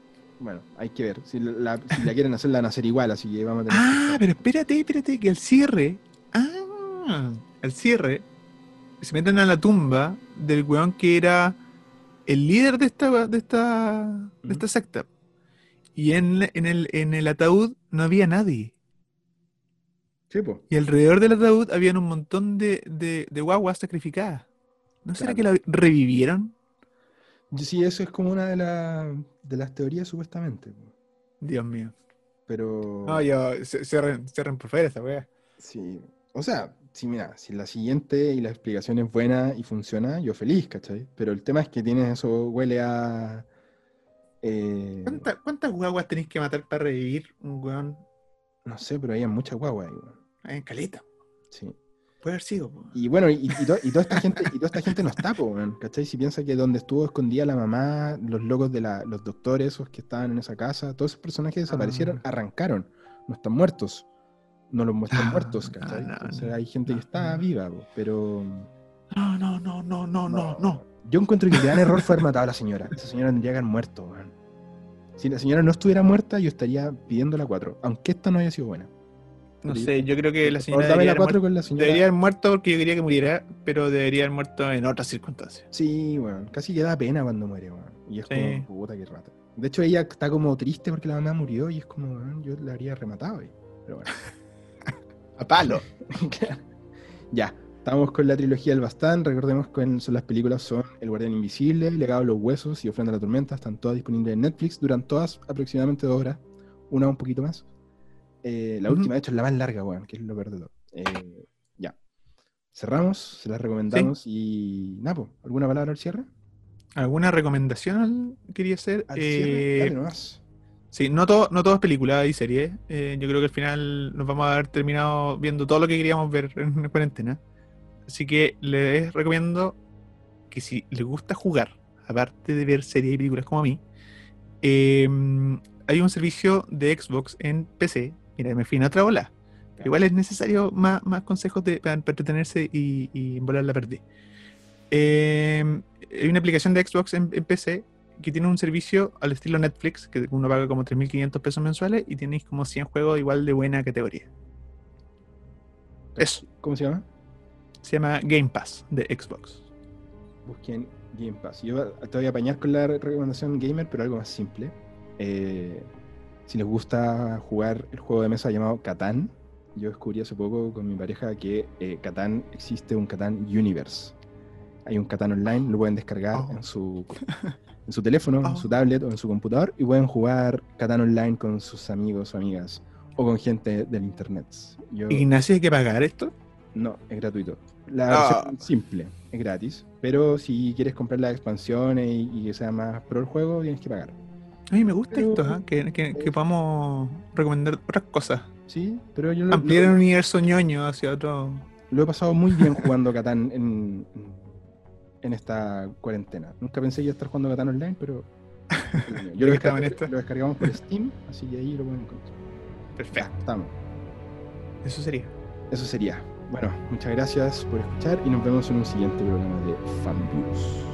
A: Bueno, hay que ver. Si la quieren hacer, la van a hacer igual, así que vamos a tener
B: Ah, pero espérate, que al cierre. Ah, al cierre se meten a la tumba del weón que era el líder de
A: ¿Mm?
B: esta secta. Y en el ataúd no había nadie.
A: Sí, pues,
B: Y alrededor del ataúd habían un montón de guaguas sacrificadas. ¿No será que
A: claro.
B: la revivieron?
A: Sí, eso es como una de las teorías, supuestamente. Po.
B: Dios mío. No,
A: Pero,
B: yo, cierren por fuera esa wea.
A: sí. O sea, sí, mira, si la siguiente y la explicación es buena y funciona, yo feliz, ¿cachai? Pero el tema es que tienes eso, huele a. eh,
B: ¿Cuántas guaguas tenéis que matar para revivir un weón
A: no sé, pero hay mucha guagua ahí, weón.
B: en caleta?
A: Sí.
B: Puede haber sido, po.
A: Y bueno, y toda esta gente no está, po, weón, ¿cachai? Si piensa que donde estuvo escondida la mamá, los locos los doctores esos que estaban en esa casa, todos esos personajes desaparecieron,
B: Ah,
A: arrancaron, no están muertos, no los muestran muertos,
B: no,
A: ¿cachai?
B: no,
A: Entonces
B: no,
A: hay gente que
B: no,
A: está viva, po, pero
B: no.
A: no. Yo encuentro que el gran error fue haber matado a la señora. Esa señora tendría que haber muerto, weón. Si la señora no estuviera muerta, yo estaría pidiendo la 4, aunque esta no haya sido buena.
B: No sé, yo creo que la
A: Por favor,
B: señora
A: dame la 4 con la señora.
B: debería haber muerto porque yo quería que muriera, pero debería haber muerto en otras circunstancias.
A: Sí, weón, casi que da pena cuando muere, weón. Y es como,
B: Sí.
A: puta que rata. De hecho, ella está como triste porque la mamá murió y es como, weón, yo la habría rematado ahí. Pero bueno.
B: A palo.
A: Ya, estamos con la trilogía del Bastán. Recordemos que son las películas son El Guardián Invisible, Legado de los Huesos y Ofrenda a la Tormenta. Están todas disponibles en Netflix. Duran todas aproximadamente 2 horas. Una un poquito más. La
B: Ujú.
A: última, de hecho, es la más larga, weón, que es lo peor de todo. Ya. Cerramos, se las
B: Sí.
A: recomendamos y Napo, ¿alguna palabra al cierre?
B: ¿Alguna recomendación quería hacer?
A: Al cierre, dale nomás.
B: Sí, no todo es película y serie. Yo creo que al final nos vamos a haber terminado viendo todo lo que queríamos ver en la cuarentena. Así que les recomiendo que si les gusta jugar, aparte de ver series y películas como a mí, eh, hay un servicio de Xbox en PC. Mira, me fui en otra ola. Pero igual es necesario más consejos para entretenerse y en volar la perdí. Hay una aplicación de Xbox en PC que tiene un servicio al estilo Netflix, que uno paga como 3.500 pesos mensuales y tenéis como 100 juegos igual de buena categoría. Eso,
A: ¿Cómo se llama?
B: se llama Game Pass de Xbox.
A: Busquen Game Pass. Yo te voy a apañar con la recomendación gamer, pero algo más simple. Si les gusta jugar el juego de mesa llamado Catán, yo descubrí hace poco con mi pareja que Catán existe un Catán Universe. Hay un Catán online, lo pueden descargar
B: Oh.
A: en su teléfono, en su tablet o en su computador y pueden jugar Catán online con sus amigos o amigas o con gente del internet.
B: Ignacio, ¿hay que pagar esto?
A: No, es gratuito. La
B: Ah,
A: versión simple es gratis, pero si quieres comprar las expansiones y que sea más pro el juego, tienes que pagar.
B: a mí me gusta
A: Pero,
B: esto, ¿ah? Que podamos recomendar otras cosas.
A: sí, pero yo
B: Ampliar el universo ñoño hacia otro.
A: lo he pasado muy bien jugando Catán en esta cuarentena. Nunca pensé que iba a estar jugando Catán online, pero yo
B: Ya que estamos en esto.
A: lo descargamos por Steam, así que ahí lo pueden encontrar. Ya,
B: Perfecto.
A: estamos.
B: Eso sería.
A: Eso sería. Bueno, muchas gracias por escuchar y nos vemos en un siguiente programa de Fanbus.